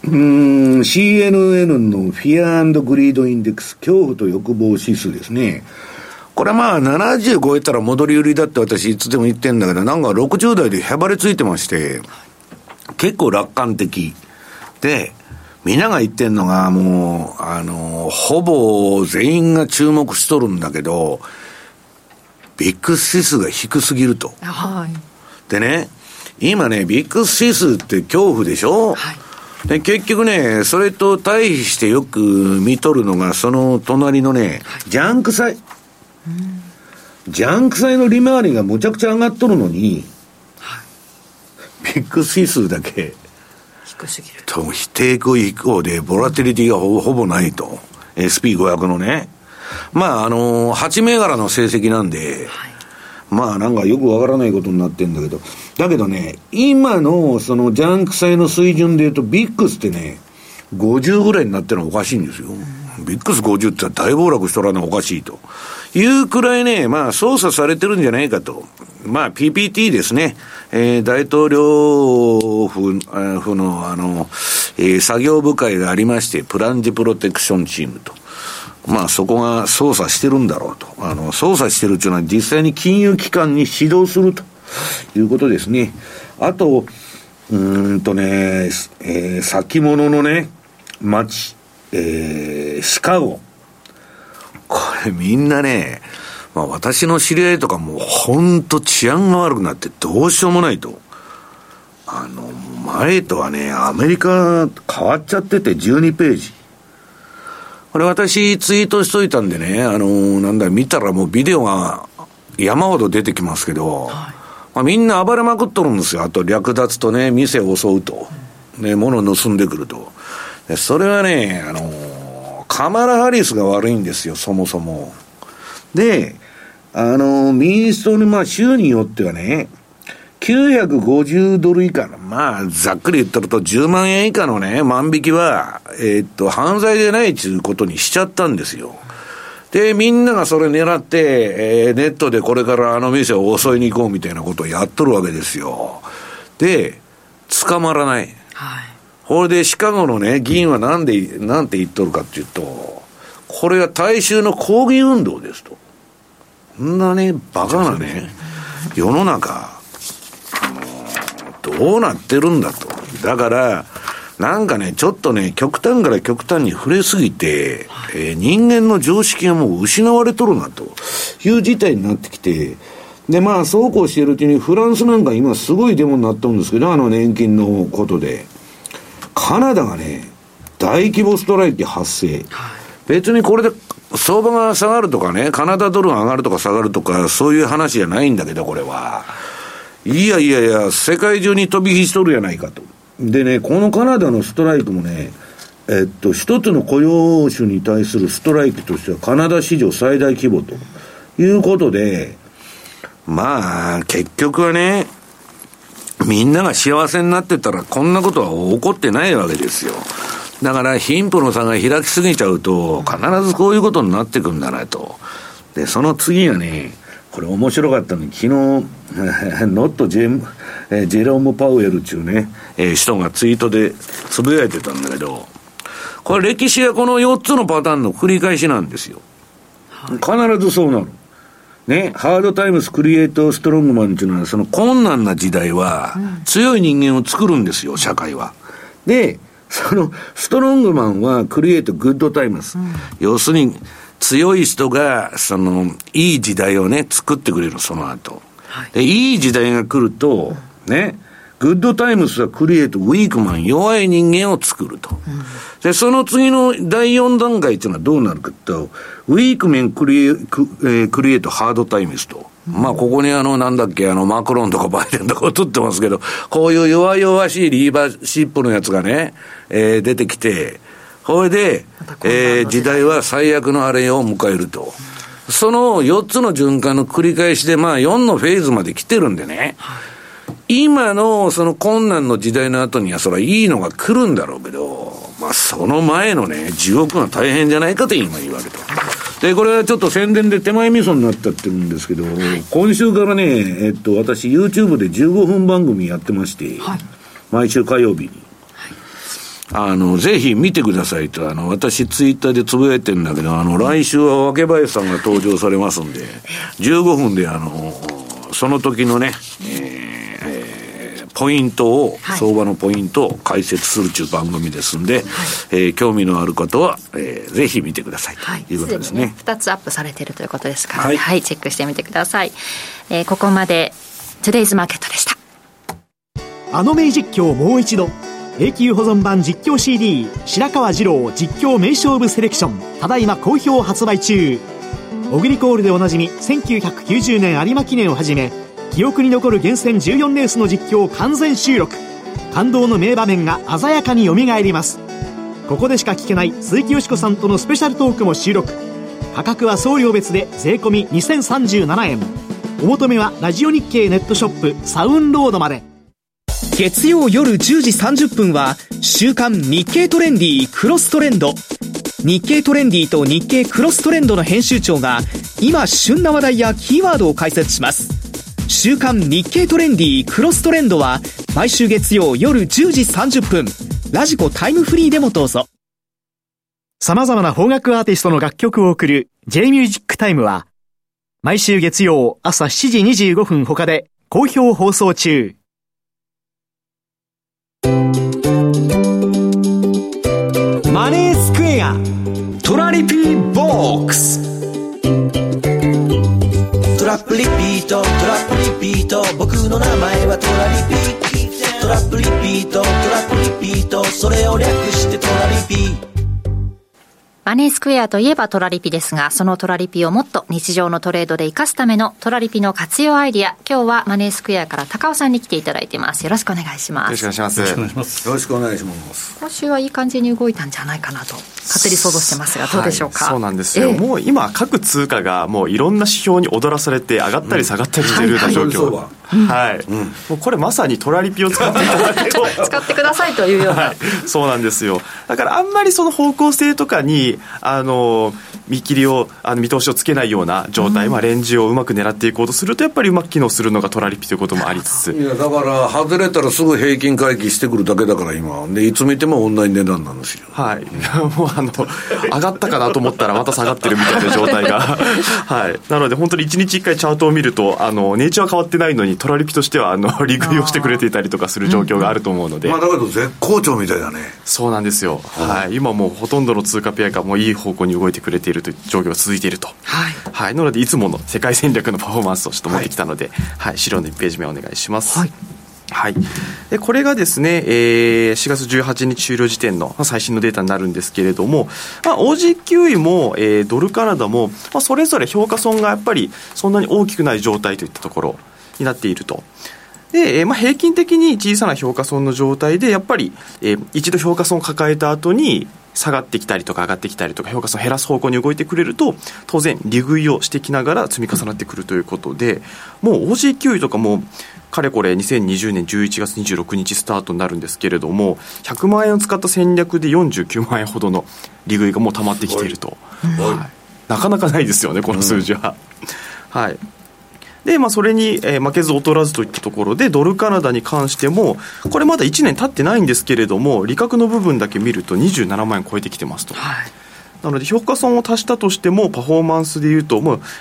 B: CNN のフィア&グリードインデックス、恐怖と欲望指数ですね。これまあ70超えたら戻り売りだって私いつでも言ってんだけど、なんか60代でへばりついてまして、結構楽観的で、みんなが言ってんのがもうほぼ全員が注目しとるんだけど、ビックス指数が低すぎると。でね、今ねビックス指数って恐怖でしょ。で結局ね、それと対比してよく見とるのがその隣のね、ジャンク債。ジャンク債の利回りがむちゃくちゃ上がっとるのに、ビックス指数だけ
D: 低すぎる
B: と低空飛行でボラティリティがほぼないと。 SP500 のね、まあ8銘柄の成績なんで、まあなんかよくわからないことになってんだけど、だけどね、今のそのジャンク債の水準でいうとビックスってね50ぐらいになってるのはおかしいんですよ。ビックス50って大暴落しとらなおかしいというくらいね、まあ操作されてるんじゃないかと。まあ PPT ですね、大統領府の作業部会がありまして、プランジプロテクションチームと、まあそこが操作してるんだろうと。操作してるっていうのは実際に金融機関に指導するということですね。あと先物のね街、シカゴ。これみんなね、まあ、私の知り合いとかもうほんと治安が悪くなってどうしようもないと。前とはね、アメリカ変わっちゃってて12ページ。これ私ツイートしといたんでね、見たらもうビデオが山ほど出てきますけど、はい、まあ、みんな暴れまくっとるんですよ。あと略奪とね、店を襲うと。ね、物を盗んでくると。でそれはね、カマラ・ハリスが悪いんですよ、そもそも。で、民主党にまあ州によってはね、$950以下の、まあ、ざっくり言ってると10万円以下のね、万引きは、犯罪でないということにしちゃったんですよ。で、みんながそれ狙って、ネットでこれから店を襲いに行こうみたいなことをやっとるわけですよ。で、捕まらない。はい。これでシカゴのね、議員はなんて言っとるかっていうと、これは大衆の抗議運動ですと。そんなね、バカなね、世の中、どうなってるんだと。だからなんかね、ちょっとね、極端から極端に触れすぎて、人間の常識がもう失われとるなという事態になってきて、でまあそうこうしているうちにフランスなんか今すごいデモになったんですけど、年金のことでカナダがね、大規模ストライキ発生。別にこれで相場が下がるとかね、カナダドルが上がるとか下がるとかそういう話じゃないんだけど、これはいや世界中に飛び火しとるやないかと。でね、このカナダのストライクもね、一つの雇用種に対するストライキとしてはカナダ史上最大規模ということで、まあ結局はね、みんなが幸せになってたらこんなことは起こってないわけですよ。だから貧富の差が開きすぎちゃうと必ずこういうことになってくんだなと。でその次がね、これ面白かったのに、昨日ノットジェローム・パウエルっていうね、人がツイートでつぶやいてたんだけど、これ歴史はこの4つのパターンの繰り返しなんですよ。はい、必ずそうなる。ね、ハードタイムスクリエイトストロングマンっていうのは、その困難な時代は強い人間を作るんですよ、社会は。で、そのストロングマンはクリエイトグッドタイムス。要するに、強い人が、いい時代をね、作ってくれる、その後。はい、で、いい時代が来ると、ね、グッドタイムスはクリエイト、ウィークマン、弱い人間を作ると。で、その次の第4段階っていうのはどうなるかと、ウィークメンクリエイト、ハードタイムスと。まあ、ここにマクロンとかバイデンとかを取ってますけど、こういう弱々しいリーダーシップのやつがね、出てきて、それで、時代は最悪のあれを迎えると。その4つの循環の繰り返しで、まあ4のフェーズまで来てるんでね。今のその困難の時代の後にはそれはいいのが来るんだろうけど、まあその前のね、地獄が大変じゃないかと今言われた。で、これはちょっと宣伝で手前味噌になっちゃってるんですけど、今週からね、私 YouTube で15分番組やってまして、毎週火曜日に。ぜひ見てくださいと、私ツイッターでつぶやいてるんだけど、来週は若林さんが登場されますんで、15分でその時のね、ポイントを、相場のポイントを解説するという番組ですんで、興味のある方は、ぜひ見てくださいということですね。
D: 2つアップされているということですから、はい、チェックしてみてください。ここまで、トゥデイズマーケットでした。
N: 名実況をもう一度。永久保存版実況 CD 白川二郎実況名勝負セレクション、ただいま好評発売中。オグリコールでおなじみ1990年有馬記念をはじめ、記憶に残る厳選14レースの実況を完全収録。感動の名場面が鮮やかによみがえります。ここでしか聞けない鈴木よしこさんとのスペシャルトークも収録。価格は送料別で税込2037円。お求めはラジオ日経ネットショップサウンロードまで。
O: 月曜夜10時30分は週刊日経トレンディクロストレンド。日経トレンディと日経クロストレンドの編集長が今旬な話題やキーワードを解説します。週刊日経トレンディクロストレンドは毎週月曜夜10時30分、ラジコタイムフリーでもどうぞ。
N: 様々な邦楽アーティストの楽曲を送る J ミュージックタイムは毎週月曜朝7時25分他で好評放送中。
A: マネースクエア
G: トラリピーボックス。
P: トラップリピート、トラップリピート、僕の名前はトラリピ。トラップリピート、トラップリピート、それを略してトラリピ。
D: マネースクエアといえばトラリピですが、そのトラリピをもっと日常のトレードで活かすためのトラリピの活用アイディア、今日はマネースクエアから高尾さんに来ていただいています。よろしくお願いします。
F: よろしくお願いします。
B: よろしくお願いします。よろしくお願いします。
D: 今週はいい感じに動いたんじゃないかなと勝手に想像してますが、どうでしょうか。
F: そうなんですよ、もう今各通貨がもういろんな指標に踊らされて上がったり下がったりしているような状況、もうこれまさにトラリピを使っていただくと
D: 使ってくださいというような、
F: そうなんですよ。だからあんまりその方向性とかに見切りを見通しをつけないような状態、レンジをうまく狙っていこうとするとやっぱりうまく機能するのがトラリピということもありつつ、
B: いやだから外れたらすぐ平均回帰してくるだけだから今でいつ見ても同じ値段なんですよ。
F: もう上がったかなと思ったらまた下がってるみたいな状態がなので本当に1日1回チャートを見るとネイチャーは変わってないのにトラリピとしては利食いをしてくれていたりとかする状況があると思うので、
B: だけど絶好調みたいだね。
F: そうなんですよ、今もうほとんどの通貨ペアがもういい方向に動いてくれているという状況が続いていると、なのでいつもの世界戦略のパフォーマンスをちょっと持ってきたので、資料の1ページ目お願いします。でこれがですね、4月18日終了時点の最新のデータになるんですけれども、OG9 も、ドルカナダも、それぞれ評価損がやっぱりそんなに大きくない状態といったところになっていると。で、平均的に小さな評価損の状態でやっぱり、一度評価損を抱えた後に下がってきたりとか上がってきたりとか評価損を減らす方向に動いてくれると当然利食いをしてきながら積み重なってくるということで、もう OG9 とかもかれこれ2020年11月26日スタートになるんですけれども、100万円を使った戦略で49万円ほどの利食いがもう溜まってきていると、なかなかないですよねこの数字は。でそれに、負けず劣らずといったところでドルカナダに関してもこれまだ1年経ってないんですけれども、利確の部分だけ見ると27万円超えてきてますと、なので評価損を足したとしてもパフォーマンスでいうともう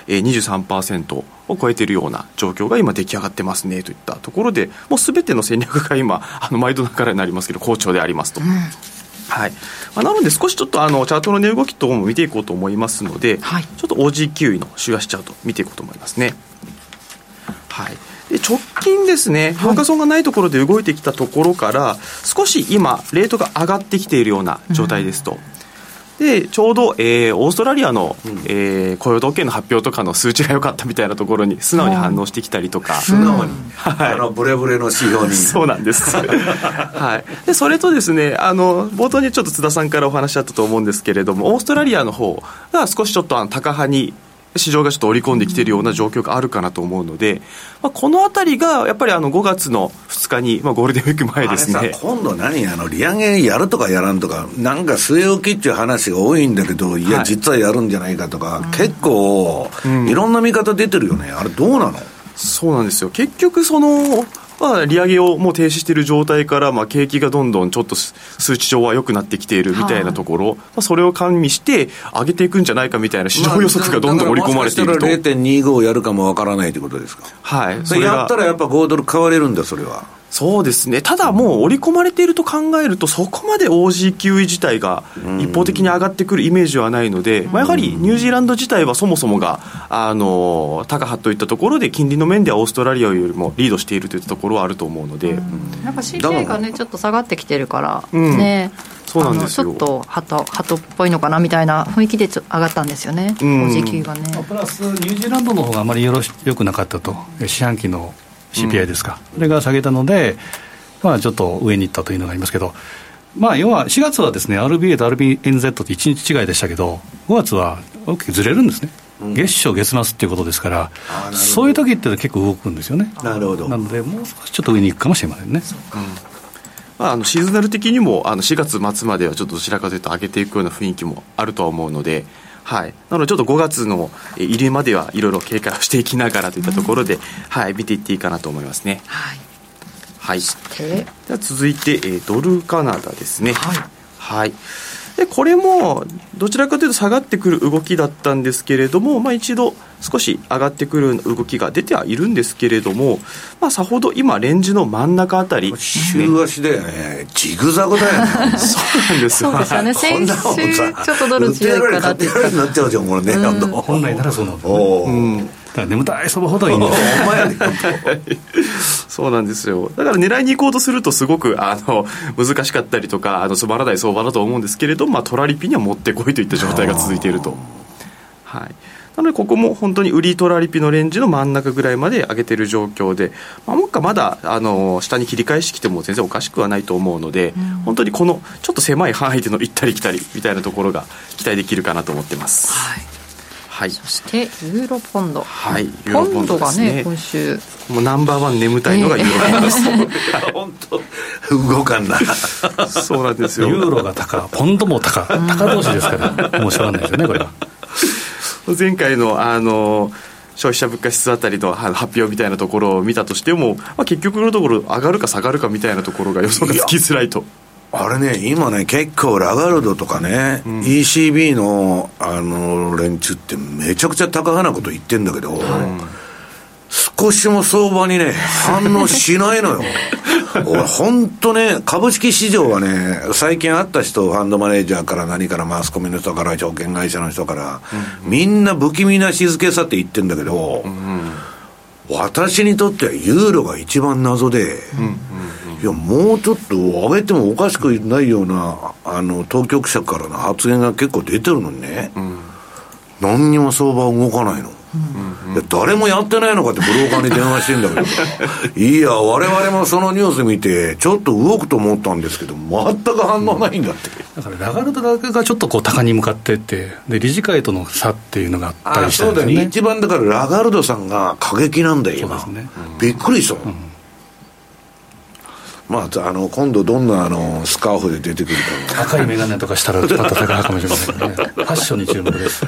F: 23% を超えているような状況が今出来上がってますねといったところで、もう全ての戦略が今毎度ながらになりますけど好調でありますと、なので少しちょっとチャートの値動きとも見ていこうと思いますので、ちょっと OG9 の週足チャート見ていこうと思いますね。で直近ですね、評価損がないところで動いてきたところから少し今レートが上がってきているような状態ですと、でちょうど、オーストラリアの、雇用統計の発表とかの数値が良かったみたいなところに素直に反応してきたりとか、
B: 素直に、ブレブレの指標に
F: そうなんですでそれとですね冒頭にちょっと津田さんからお話あったと思うんですけれども、オーストラリアの方が少しちょっと高派に市場がちょっと織り込んできているような状況があるかなと思うので、このあたりがやっぱり5月の2日に、ゴールデンウィーク前ですね。
B: 今度利上げやるとかやらんとかなんか据え置きっていう話が多いんだけど、いや実はやるんじゃないかとか、結構いろんな見方出てるよね。あれどうなの？
F: そうなんですよ。結局利上げをもう停止している状態から、景気がどんどんちょっと数値上は良くなってきているみたいなところ、それを加味して上げていくんじゃないかみたいな市場予測がどんどん織り込まれていると。
B: もしかしたら 0.25 やるかもわからないということですか。それやったらやっぱ5ドル買われるんだ。それは
F: そうですね。ただもう織り込まれていると考えるとそこまで OG9 自体が一方的に上がってくるイメージはないので、やはりニュージーランド自体はそもそもがタカ派といったところで金利の面ではオーストラリアよりもリードしているといったところはあると思うので、
D: なんか CPI がねちょっと下がってきてるからね、
F: そうなんですよ。
D: ちょっとハトっぽいのかなみたいな雰囲気で上がったんですよね、OG9 がね。
C: プラスニュージーランドの方があまり良くなかったと、四半期のCPI ですか、それが下げたので、ちょっと上に行ったというのがありますけど、要は4月はですね RBA と RBNZ って1日違いでしたけど、5月は大きくずれるんですね、月初月末っていうことですから、そういう時って結構動くんですよね。
B: なるほど。
C: なのでもう少しちょっと上に行くかもしれませんね。
F: シーズナル的にも4月末まではちょっとどちらかというと上げていくような雰囲気もあるとは思うので、なのでちょっと5月の入りまではいろいろ警戒をしていきながらといったところで、見ていっていいかなと思いますね。では続いて、ドルカナダですね。
Q: でこれもどちらかというと下がってくる動きだったんですけれども、一度少し上がってくる動きが出てはいるんですけれども、さほど今レンジの真ん中あたり、
B: 週足だよね、ジグザグだよね
Q: そうなんですよ。
D: そうですよね。先週ちょっとドル強いからって言って
B: なっちゃうじゃんこれね、
C: 本来ならそうなんですね。だから眠たい相場ほどいいんです
B: お前やね
Q: そうなんですよ。だから狙いに行こうとするとすごく難しかったりとかつまらない相場だと思うんですけれど、トラリピにはもってこいといった状態が続いていると。はい、なのでここも本当に売りトラリピのレンジの真ん中ぐらいまで上げている状況で、もっかまだ下に切り返してきても全然おかしくはないと思うので、本当にこのちょっと狭い範囲での行ったり来たりみたいなところが期待できるかなと思ってます。はい、
D: そしてユーロポンド、
Q: はい、ユーロポンドですね。
D: ポンドがね今週
Q: もうナンバーワン眠たいのがユーロポンドです、
B: 本当動かんな
Q: そうなんですよ。
C: ユーロが高、ポンドも高同士ですからもうしょうがないですよねこれは。
Q: 前回の消費者物価指数あたりの発表みたいなところを見たとしても、結局のところ上がるか下がるかみたいなところが予想がつきづらいと。
B: あれね、今ね結構ラガルドとかね、ECB の連中ってめちゃくちゃ高派なこと言ってんだけど、少しも相場にね反応しないのよ俺本当ね、株式市場はね、最近会った人、ファンドマネージャーから何からマスコミの人から証券会社の人から、みんな不気味な静けさって言ってんだけど、私にとってはユーロが一番謎で、いやもうちょっと上げてもおかしくないような当局者からの発言が結構出てるのにね、何にも相場動かないの、誰もやってないのかってブローカーに電話してんだけどいや我々もそのニュース見てちょっと動くと思ったんですけど全く反応ないんだって、
C: だからラガルドだけがちょっと高に向かっていって、で理事会との差っていうのがあったりしたんですよね。
B: そうだね、一番だからラガルドさんが過激なんだよ今、びっくりした、今度どんなスカーフで出てくるか
C: 赤い眼鏡とかしたらまた高いかもしれませんねファッションに注目です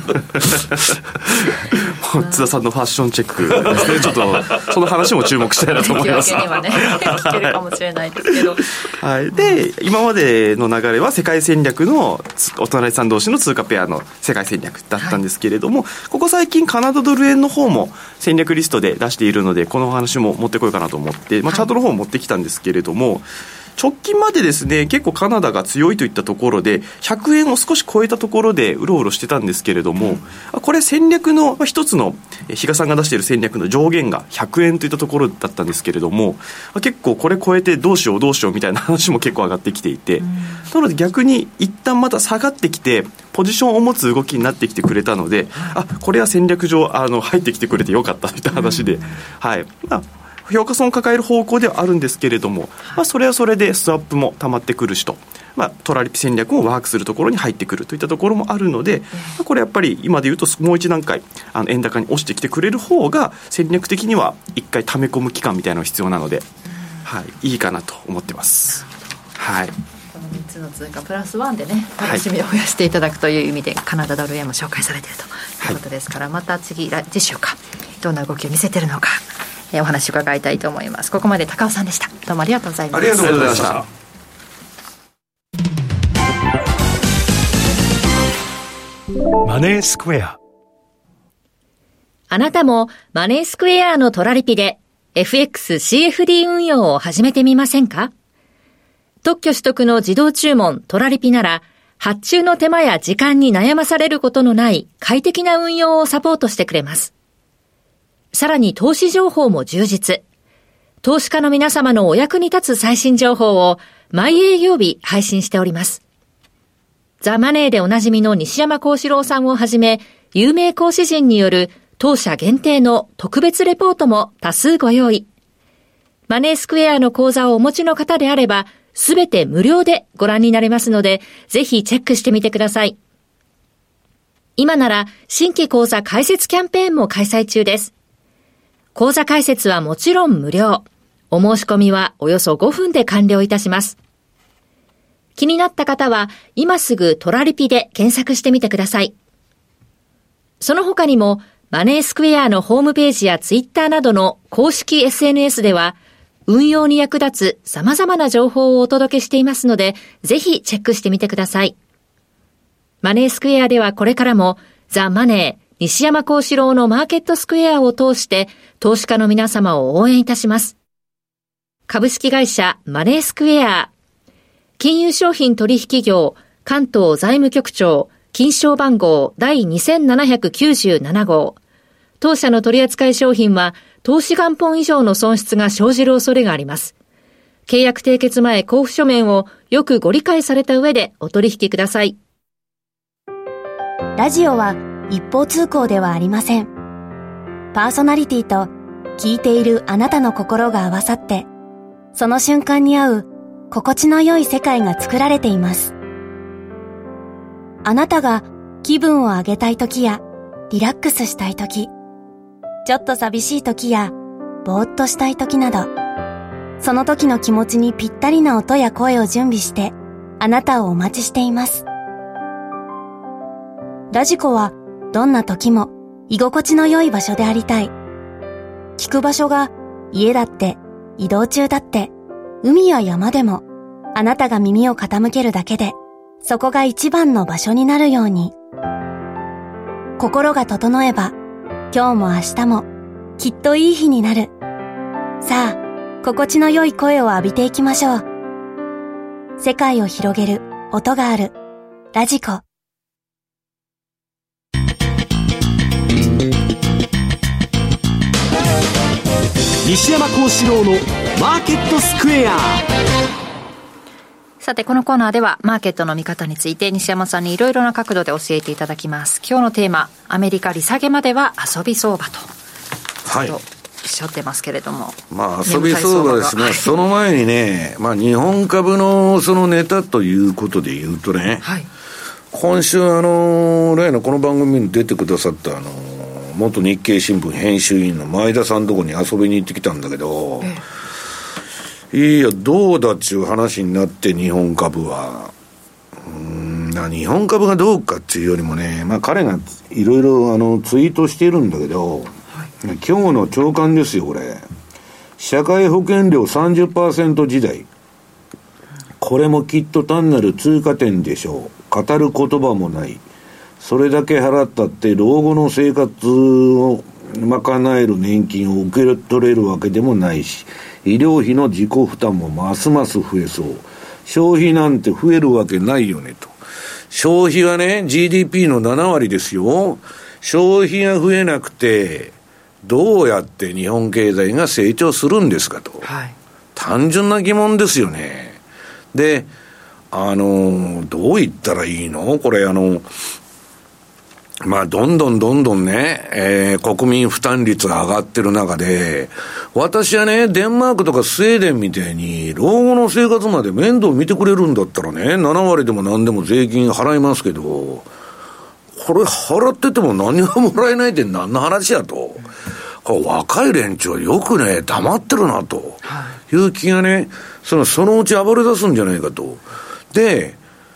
Q: 津田さんのファッションチェックですねちょっとその話も注目したいなと思います
D: 引き分けにはね聞けるかもしれないですけど、
Q: はい、で今までの流れは世界戦略のお隣さん同士の通貨ペアの世界戦略だったんですけれども、ここ最近カナダドル円の方も戦略リストで出しているので、このお話も持ってこようかなと思って、チャートの方を持ってきたんですけれども、直近までですね結構カナダが強いといったところで100円を少し超えたところでうろうろしてたんですけれども、これ戦略の一つの比嘉さんが出している戦略の上限が100円といったところだったんですけれども、結構これ超えてどうしようみたいな話も結構上がってきていて、なので逆に一旦また下がってきてポジションを持つ動きになってきてくれたので、これは戦略上入ってきてくれてよかったといった話で、はい、評価損を抱える方向ではあるんですけれども、それはそれでスワップも溜まってくるしと、トラリピ戦略もワークするところに入ってくるといったところもあるので、これやっぱり今でいうともう一段階円高に押してきてくれる方が戦略的には一回溜め込む期間みたいなのが必要なので、いいかなと思ってます。はい、
D: この3つの通貨プラスワンでね楽しみを増やしていただくという意味で、カナダドル円も紹介されているということですから、また次週かどんな動きを見せているのかお話を伺いたいと思います。ここまで高尾さんでした。どうもありがとうございます。
B: ありがとうございました。
A: マネースクエア。
K: あなたもマネースクエアのトラリピで FXCFD 運用を始めてみませんか？特許取得の自動注文トラリピなら、発注の手間や時間に悩まされることのない快適な運用をサポートしてくれます。さらに投資情報も充実。投資家の皆様のお役に立つ最新情報を毎営業日配信しております。ザ・マネーでおなじみの西山幸四郎さんをはじめ、有名講師陣による当社限定の特別レポートも多数ご用意。マネースクエアの講座をお持ちの方であれば、すべて無料でご覧になれますので、ぜひチェックしてみてください。今なら新規講座開設キャンペーンも開催中です。講座開設はもちろん無料。お申し込みはおよそ5分で完了いたします。気になった方は今すぐトラリピで検索してみてください。その他にもマネースクエアのホームページやツイッターなどの公式 SNS では運用に役立つ様々な情報をお届けしていますので、ぜひチェックしてみてください。 マネースクエアではこれからもザ・マネー西山幸四郎のマーケットスクエアを通して投資家の皆様を応援いたします。株式会社マネースクエア、金融商品取引業関東財務局長金賞番号第2797号。当社の取扱商品は投資元本以上の損失が生じる恐れがあります。契約締結前交付書面をよくご理解された上でお取引ください。
R: ラジオは一方通行ではありません。パーソナリティと聞いているあなたの心が合わさって、その瞬間に合う心地の良い世界が作られています。あなたが気分を上げたい時やリラックスしたい時、ちょっと寂しい時やぼーっとしたい時など、その時の気持ちにぴったりな音や声を準備してあなたをお待ちしています。ラジコはどんな時も居心地の良い場所でありたい。聞く場所が家だって移動中だって海や山でも、あなたが耳を傾けるだけでそこが一番の場所になるように。心が整えば今日も明日もきっといい日になる。さあ、心地の良い声を浴びていきましょう。世界を広げる音があるラジコ。
A: 西山幸四郎のマーケットスクエア。
D: さて、このコーナーではマーケットの見方について西山さんにいろいろな角度で教えていただきます。今日のテーマ、アメリカ利下げまでは遊び相場と、はい、おっしゃってますけれども、
B: まあ遊び相場ですね。その前にね、まあ日本株のそのネタということで言うとね、はい、今週例のこの番組に出てくださった元日経新聞編集員の前田さんのとこに遊びに行ってきたんだけど、いやどうだっちゅう話になって、日本株は日本株がどうかっていうよりもね、まあ彼がいろいろツイートしているんだけど、はい、今日の朝刊ですよこれ。社会保険料 30% 時代、これもきっと単なる通過点でしょう。語る言葉もない。それだけ払ったって老後の生活を賄える年金を受け取れるわけでもないし、医療費の自己負担もますます増えそう。消費なんて増えるわけないよねと。消費はね GDP の7割ですよ。消費が増えなくてどうやって日本経済が成長するんですかと、はい、単純な疑問ですよね。でどう言ったらいいのこれまあ、どんどんね、国民負担率が上がってる中で、私はね、デンマークとかスウェーデンみたいに、老後の生活まで面倒見てくれるんだったらね、7割でも何でも税金払いますけど、これ払ってても何がもらえないって何の話やと。若い連中はよくね、黙ってるなという気がね、そのうち暴れ出すんじゃないかと。で、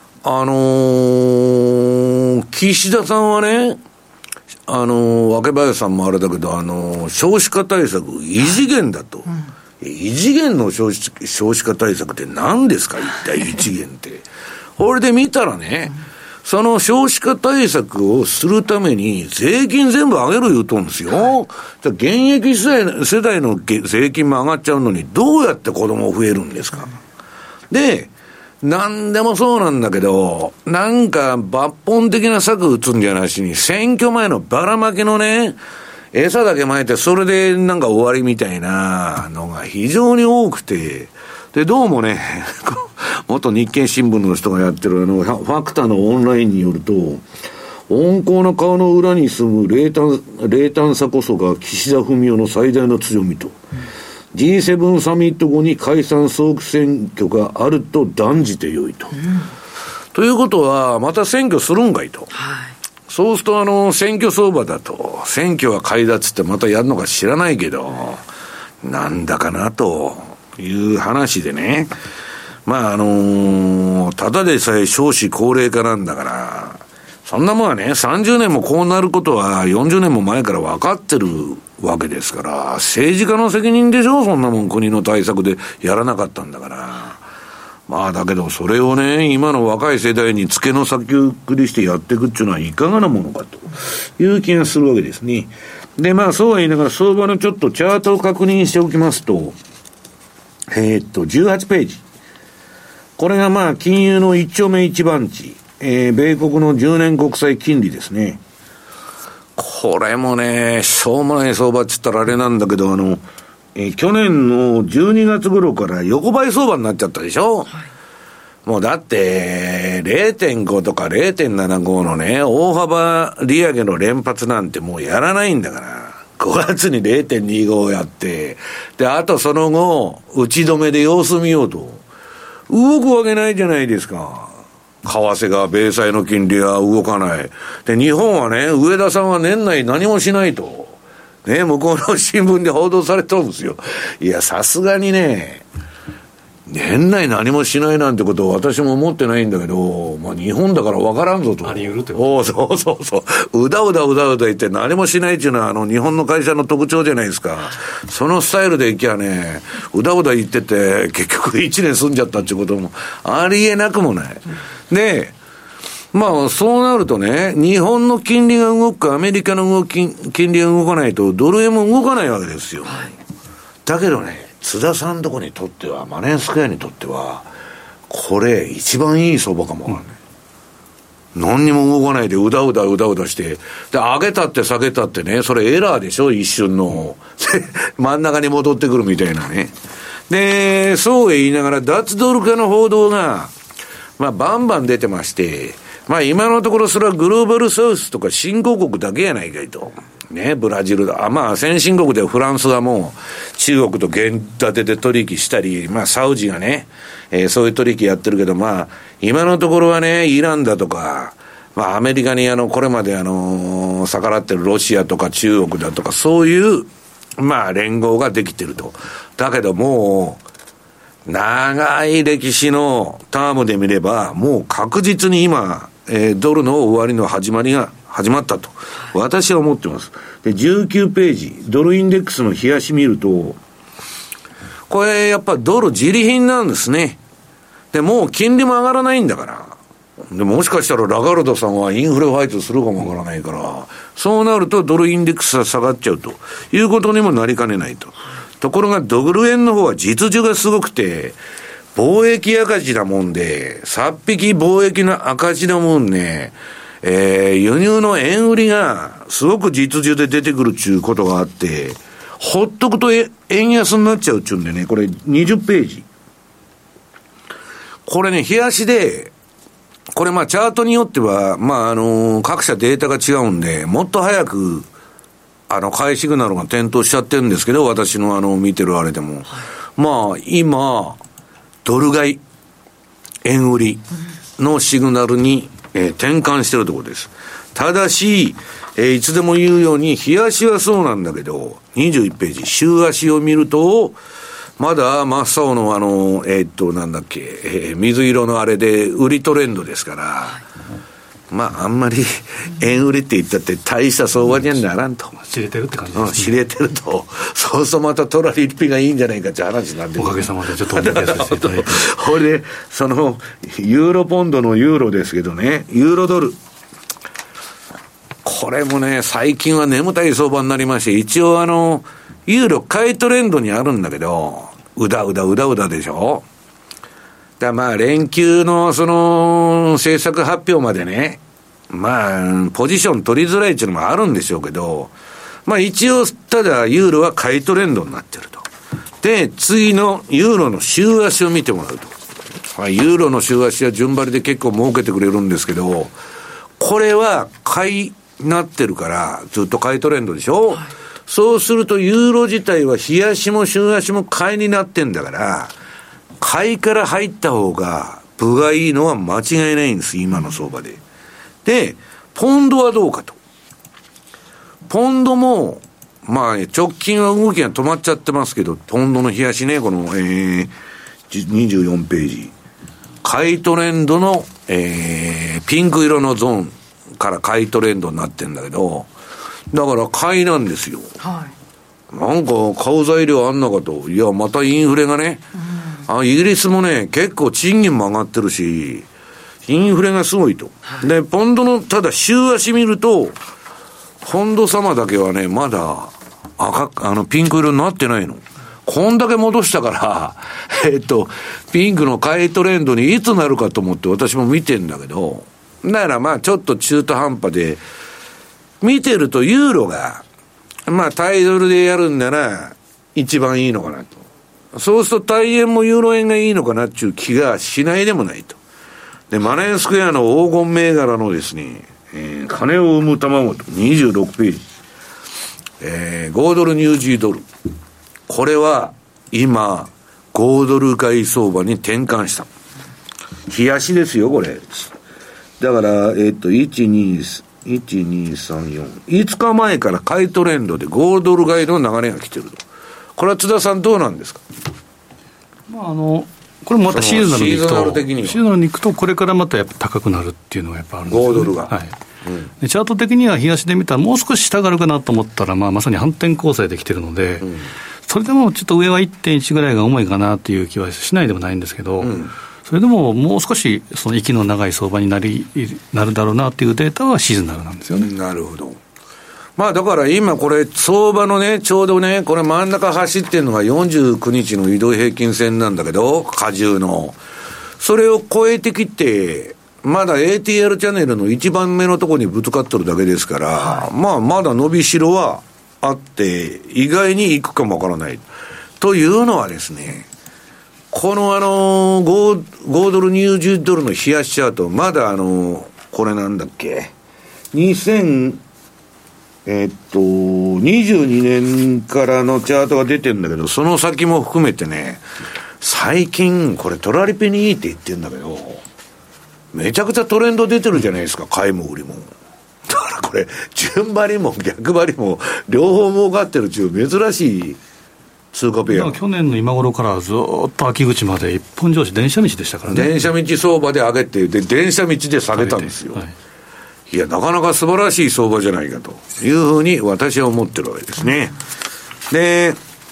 B: 岸田さんはね、若林さんもあれだけど、少子化対策、異次元だと。異次元の少子化対策って何ですか一体異次元って。これで見たらね、その少子化対策をするために税金全部上げる言うとんですよ。じゃ現役世代の税金も上がっちゃうのに、どうやって子供増えるんですか。で、なんでもそうなんだけど、なんか抜本的な策打つんじゃなしに、選挙前のばらまきのね、餌だけ撒いてそれでなんか終わりみたいなのが非常に多くて、でどうもね元日経新聞の人がやってるファクタのオンラインによると、温厚な顔の裏に住む冷淡さこそが岸田文雄の最大の強みと、G7 サミット後に解散総選挙があると断じてよいと、ということはまた選挙するんかいと、そうすると選挙相場だと、選挙は買いだっつってまたやるのか知らないけど、なんだかなという話でね、まあただでさえ少子高齢化なんだから、そんなもんはね、30年もこうなることは40年も前から分かってるわけですから、政治家の責任でしょ、そんなもん国の対策でやらなかったんだから。 まあだけどそれをね、今の若い世代に付けの先送りしてやっていくっていうのはいかがなものかという気がするわけですね。でまあそうは言いながら相場のちょっとチャートを確認しておきますと、18ページ。これがまあ金融の一丁目一番地、米国の10年国債金利ですね。これもね、しょうもない相場って言ったらあれなんだけど、去年の12月頃から横ばい相場になっちゃったでしょ、はい、もうだって 0.5 とか 0.75 のね、大幅利上げの連発なんてもうやらないんだから、5月に 0.25 やって、で、あとその後、打ち止めで様子見ようと。動くわけないじゃないですか。為替が、米債の金利が動かない。で、日本はね、上田さんは年内何もしないと。ね、向こうの新聞で報道されてるんですよ。いや、さすがにね、年内何もしないなんてことを私も思ってないんだけど、まあ日本だから分からんぞと。
C: あり得るってこと。
B: そうそうそう。うだうだ言って何もしないっていうのは日本の会社の特徴じゃないですか。そのスタイルでいきゃね、うだうだ言ってて結局1年済んじゃったっていうこともありえなくもない。で、まあそうなるとね、日本の金利が動くかアメリカの金利が動かないとドル円も動かないわけですよ。はい、だけどね、津田さんとこにとっては、マネースクエアにとっては、これ一番いい相場かもわかんない。何にも動かないでうだうだして、で、上げたって下げたってね、それエラーでしょ、一瞬の。真ん中に戻ってくるみたいなね。で、そう言いながら、脱ドル化の報道が、まあ、バンバン出てまして、まあ、今のところそれはグローバルサウスとか新興国だけやないかいと。ね、ブラジルだ。まあ、先進国でフランスはもう、中国と原立てで取引したり、まあ、サウジがね、そういう取引やってるけど、まあ、今のところはね、イランだとか、まあ、アメリカにこれまで逆らってるロシアとか中国だとか、そういう、まあ、連合ができてると。だけどもう、長い歴史のタームで見れば、もう確実に今、ドルの終わりの始まったと私は思ってます。で、19ページドルインデックスの冷やし見ると、これやっぱドル自利品なんですね。で、もう金利も上がらないんだから、でもしかしたらラガルドさんはインフレファイトするかもわからないから、そうなるとドルインデックスが下がっちゃうということにもなりかねないと。ところがドル円の方は実需がすごくて、貿易赤字なもんで、さっぴき貿易の赤字なもんね、輸入の円売りがすごく実需で出てくるっていうことがあって、ほっとくと円安になっちゃうっていうんでね、これ20ページ。これね、冷やしで、これまあチャートによっては、まあ各社データが違うんで、もっと早く、買いシグナルが点灯しちゃってるんですけど、私の見てるあれでも。まあ今、ドル買い、円売りのシグナルに、転換してるところです。ただし、いつでも言うように、日足はそうなんだけど、21ページ、週足を見ると、まだ真っ青のなんだっけ、水色のあれで売りトレンドですから、まああんまり円売りって言ったって大した相場にはならんと。
C: 知れてるって感じですね。
B: 知れてると。そうするとまたトラリピがいいんじゃないかって話なんで。
C: おかげさまでちょっと思い出させていただいて。
B: これで、ユーロポンドのユーロですけどね、ユーロドル。これもね、最近は眠たい相場になりまして、一応ユーロ買いトレンドにあるんだけど、うだうだでしょ。だまあ連休の政策発表までね、まあポジション取りづらいっていうのもあるんでしょうけど、まあ一応ただユーロは買いトレンドになってると。で、次のユーロの週足を見てもらうと。まあ、ユーロの週足は順張りで結構儲けてくれるんですけど、これは買いになってるからずっと買いトレンドでしょ。はい、そうするとユーロ自体は日足も週足も買いになってんだから、買いから入った方が分がいいのは間違いないんです、今の相場で。で、ポンドはどうかと。ポンドも、まあ、直近は動きが止まっちゃってますけど、ポンドの冷やしね、この、24ページ。買いトレンドの、ピンク色のゾーンから買いトレンドになってんだけど、だから買いなんですよ。はい。なんか買う材料あんのかと。いや、またインフレがね、 イギリスもね、結構賃金も上がってるし、インフレがすごいと。で、ポンドの、ただ週足見ると、ポンド様だけはね、まだピンク色になってないの。こんだけ戻したから、ピンクの買いトレンドにいつなるかと思って私も見てんだけど、だからまあちょっと中途半端で、見てるとユーロが、まあ対ドルでやるんなら一番いいのかなと。そうすると対円もユーロ円がいいのかなっていう気がしないでもないと。で、マネースクエアの黄金銘柄のですね、金を生む卵と26ページ。5ドルニュージードル。これは今5ドル買い相場に転換した。冷やしですよこれ。だから5日前から買いトレンドで5ドル買いの流れが来てると。これは津田さんどうなんですか。
C: まあこれもまたシーズナルに行くと、
B: シーズナル的には
C: シーズナルに行くとこれからまたやっぱ高くなるっていうのがやっぱあるんですよね。
B: 5ドルが、
C: はい。でチャート的には東で見たらもう少し下がるかなと思ったら、まさに反転構成できてるので、それでもちょっと上は 1.1 ぐらいが重いかなという気はしないでもないんですけど、それでももう少しその息の長い相場になるだろうなというデータはシーズナルなんですよね。
B: なるほど。まあだから今これ相場のね、ちょうどね、これ真ん中走ってるのが49日の移動平均線なんだけど、荷重の。それを超えてきて、まだ ATR チャンネルの一番目のところにぶつかってるだけですから、まあまだ伸びしろはあって、意外にいくかもわからない。というのはですね、この5ドルニュージードルの冷やしチャート、まだこれなんだっけ、22年からのチャートが出てるんだけど、その先も含めてね、最近これトラリピにいいって言ってるんだけど、めちゃくちゃトレンド出てるじゃないですか、買いも売りも。だからこれ順張りも逆張りも両方儲かってるっていう珍しい通貨ペア。
C: 去年の今頃からずっと秋口まで一本上司電車道でしたからね。
B: 電車道相場で上げて、で電車道で下げたんですよ。いや、なかなか素晴らしい相場じゃないかというふうに私は思ってるわけですね。で、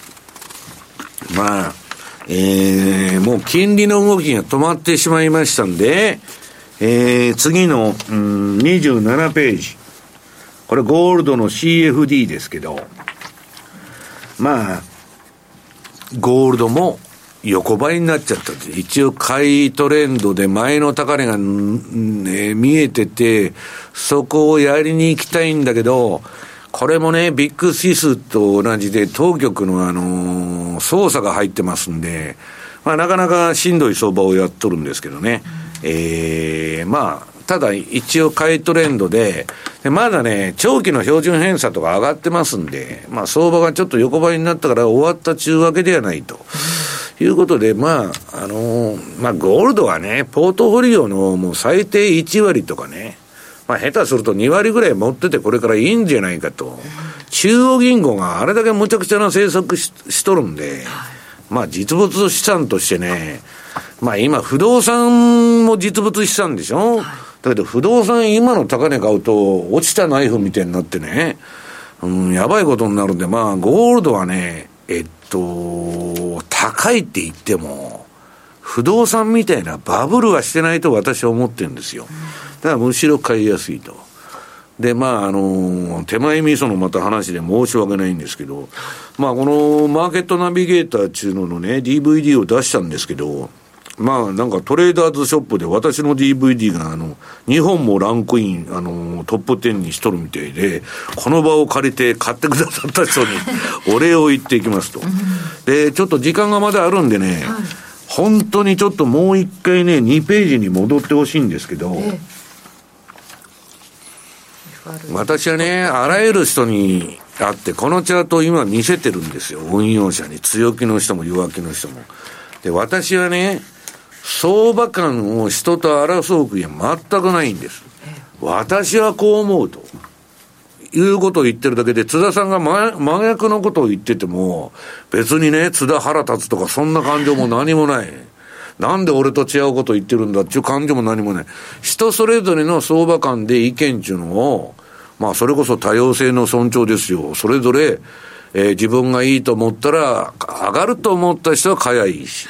B: まあ、もう金利の動きが止まってしまいましたんで、次の、27ページ。これゴールドの CFD ですけど、まあ、ゴールドも横ばいになっちゃったって。一応買いトレンドで前の高値が、見えてて、そこをやりに行きたいんだけど、これもね、ビッグ指数と同じで当局の操作が入ってますんで、まあなかなかしんどい相場をやっとるんですけどね。まあ、ただ一応買いトレンドで、まだね、長期の標準偏差とか上がってますんで、まあ相場がちょっと横ばいになったから終わったちゅうわけではないと。いうことで、まあ、まあゴールドはね、ポートフォリオのもう最低1割とかね、まあ下手すると2割ぐらい持っててこれからいいんじゃないかと。中央銀行があれだけむちゃくちゃな政策 しとるんで、まあ実物資産としてね、まあ今不動産も実物資産でしょ、だけど不動産今の高値買うと落ちたナイフみたいになってね、やばいことになるんで、まあゴールドはね、高いって言っても不動産みたいなバブルはしてないと私は思ってるんですよ。だからむしろ買いやすいと。で、まあ手前味噌のまた話で申し訳ないんですけど、まあこのマーケットナビゲーターっていうののね DVD を出したんですけど、まあなんかトレーダーズショップで私の DVD が日本もランクイントップ10にしとるみたいで、この場を借りて買ってくださった人にお礼を言っていきますと。でちょっと時間がまだあるんでね、本当にちょっともう一回ね2ページに戻ってほしいんですけど、私はねあらゆる人に会ってこのチャートを今見せてるんですよ。運用者に強気の人も弱気の人も。で私はね相場感を人と争う気は全くないんです。私はこう思うということを言ってるだけで、津田さんが真逆のことを言ってても別にね津田腹立つとかそんな感情も何もないなんで俺と違うことを言ってるんだっていう感情も何もない。人それぞれの相場感で意見っていうのを、まあそれこそ多様性の尊重ですよ。それぞれ、自分がいいと思ったら上がると思った人は買えばいいし、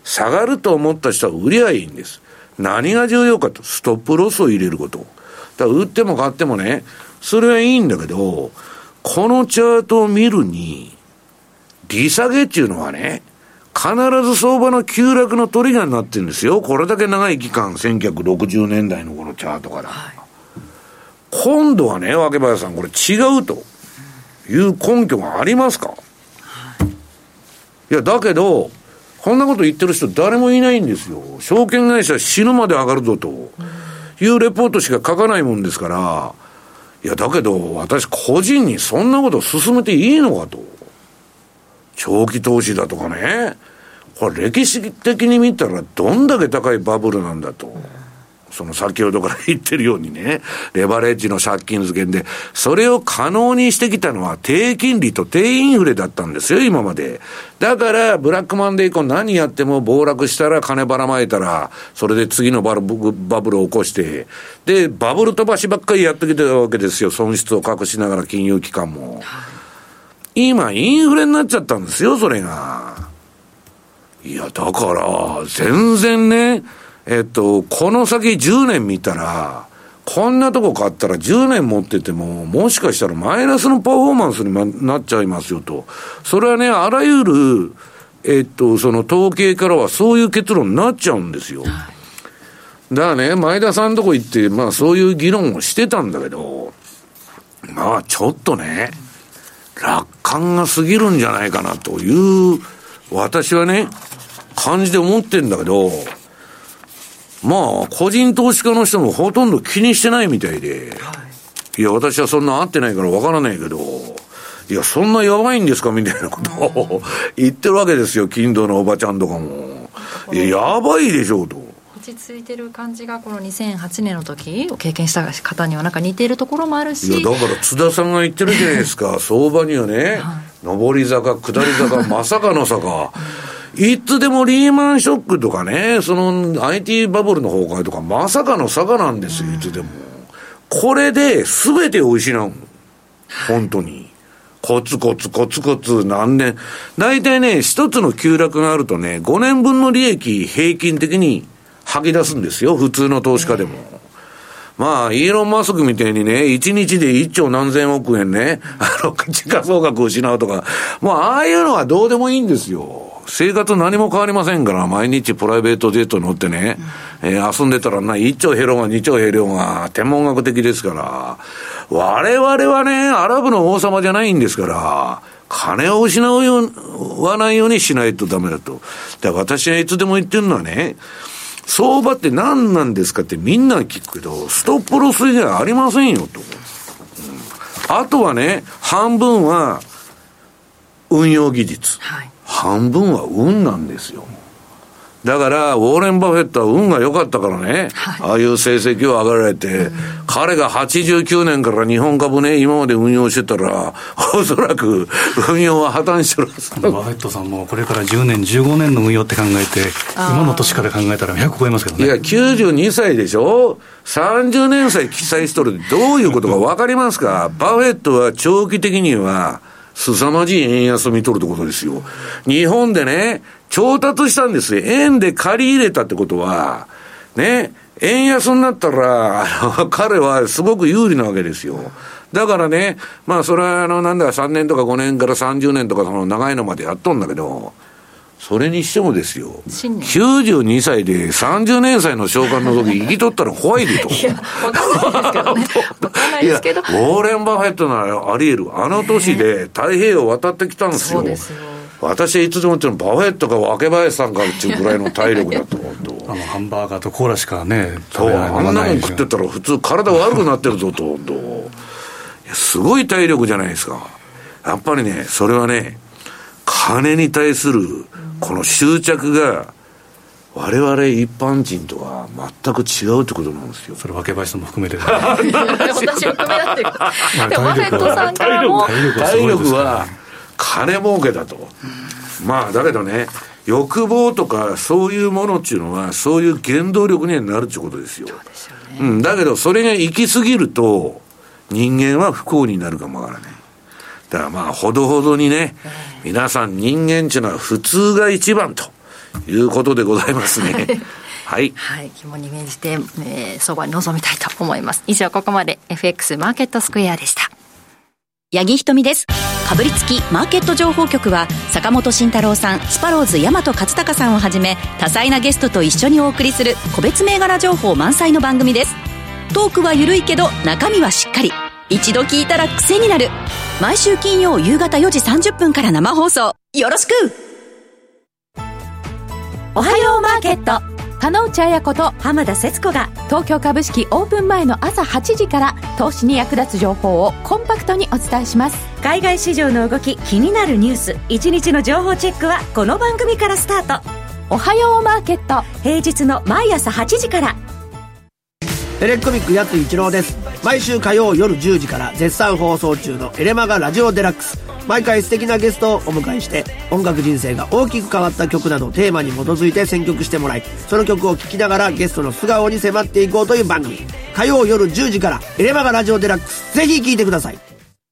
B: 下がると思った人は売りゃいいんです。何が重要かと、ストップロスを入れること。だから売っても買ってもね、それはいいんだけど、このチャートを見るに、利下げっていうのはね、必ず相場の急落のトリガーになってるんですよ。これだけ長い期間、1960年代のこのチャートから。今度はね、若林さん、これ違うという根拠がありますか？いや、だけど、こんなこと言ってる人誰もいないんですよ。証券会社死ぬまで上がるぞというレポートしか書かないもんですから、いや、だけど、私個人にそんなこと進めていいのかと。長期投資だとかね。これ歴史的に見たらどんだけ高いバブルなんだと。その先ほどから言ってるようにね、レバレッジの借金付けで、それを可能にしてきたのは低金利と低インフレだったんですよ、今まで。だから、ブラックマンデー以降何やっても暴落したら金ばらまいたら、それで次のバブルを起こして、で、バブル飛ばしばっかりやってきてるわけですよ、損失を隠しながら金融機関も。今、インフレになっちゃったんですよ、それが。いや、だから、全然ね、この先10年見たら、こんなとこ買ったら10年持ってても、もしかしたらマイナスのパフォーマンスになっちゃいますよと。それはね、あらゆる、その統計からはそういう結論になっちゃうんですよ。だからね、前田さんのとこ行って、まあそういう議論をしてたんだけど、まあちょっとね、楽観が過ぎるんじゃないかなという、私はね、感じで思ってんだけど、まあ、個人投資家の人もほとんど気にしてないみたいで、いや、私はそんな会ってないからわからないけど、いや、そんなやばいんですかみたいなことを言ってるわけですよ、金土のおばちゃんとかも。いや、やばいでしょうと。
D: 落ち着いてる感じが、この2008年の時を経験した方にはなんか似ているところもあるし。
B: いや、だから津田さんが言ってるじゃないですか、相場にはね、上り坂、下り坂、まさかの坂。いつでもリーマンショックとかね、その IT バブルの崩壊とか、まさかの坂なんですよ、いつでも。これで全てを失う。本当に。コツコツコツコツ何年。大体ね、一つの急落があるとね、5年分の利益平均的に吐き出すんですよ、普通の投資家でも。まあ、イーロン・マスクみたいにね、1日で1兆何千億円ね、時価総額を失うとか、もうああいうのはどうでもいいんですよ。生活何も変わりませんから、毎日プライベートジェット乗ってね、遊んでたら1兆減ろうが2兆減ろうが天文学的ですから、我々はね、アラブの王様じゃないんですから、金を失わないようにしないとダメだと。だから私はいつでも言ってるのはね、相場って何なんですかってみんな聞くけど、ストップロス以外ありませんよと。あとはね、半分は運用技術。半分は運なんですよ。だから、ウォーレン・バフェットは運が良かったからね、ああいう成績を上がられて、彼が89年から日本株ね、今まで運用してたら、おそらく運用は破綻してるはず。
C: バフェットさんもこれから10年、15年の運用って考えて、今の年から考えたら100超えますけどね。
B: いや、92歳でしょ ?30 年歳記載しとるってどういうことか分かりますか？バフェットは長期的には、凄まじい円安を見とるってことですよ。日本でね、調達したんですよ。円で借り入れたってことは、ね、円安になったら、彼はすごく有利なわけですよ。だからね、まあそれは3年とか5年から30年とかその長いのまでやっとんだけど、それにしてもですよ、92歳で30年歳の償還の時生きとったら怖いでと。
D: いや、わかんないですけどね。わかんないですけど。
B: ウォーレン・バフェットならあり得る。あの年で太平洋渡ってきたんですよ。そうですよ。私はいつでも言ってるのバフェットか若林さんかっていうぐらいの体力だと思うと。
C: ハンバーガーとコーラしかね、
B: そう、あんなもん食ってたら普通体悪くなってるぞと。いや、すごい体力じゃないですか。やっぱりね、それはね、金に対するこの執着が我々一般人とは全く違うってことなんですよ。
C: それ若林さんも含めて、ね、
D: 私含めだっていうかでもバフェットさんからも
B: 体力は金儲けだと。まあだけどね、欲望とかそういうものっていうのはそういう原動力にはなるってことですよ。そうですよね。だけどそれが行き過ぎると人間は不幸になるかもわからない。だからまあほどほどにね、皆さん人間っていうのは普通が一番ということでございますね。はい、
D: はい、肝に銘じて、相場に臨みたいと思います。以上、ここまで FX マーケットスクエアでした。
S: 八木ひとみです。かぶりつきマーケット情報局は坂本慎太郎さん、スパローズ大和勝孝さんをはじめ多彩なゲストと一緒にお送りする個別銘柄情報満載の番組です。トークは緩いけど中身はしっかり、一度聞いたら癖になる。毎週金曜夕方4時30分から生放送、よろしく。
T: おはようマーケット、加納内彩子と浜田節子が東京株式オープン前の朝8時から投資に役立つ情報をコンパクトにお伝えします。
U: 海外市場の動き、気になるニュース、1日の情報チェックはこの番組からスタート。
T: おはようマーケット、
U: 平日の毎朝8時から。
V: エレコミックやつ一郎です。毎週火曜夜10時から絶賛放送中のエレマガラジオデラックス。毎回素敵なゲストをお迎えして音楽人生が大きく変わった曲などをテーマに基づいて選曲してもらい、その曲を聴きながらゲストの素顔に迫っていこうという番組。火曜夜10時からエレマガラジオデラックス、ぜひ聴いてください。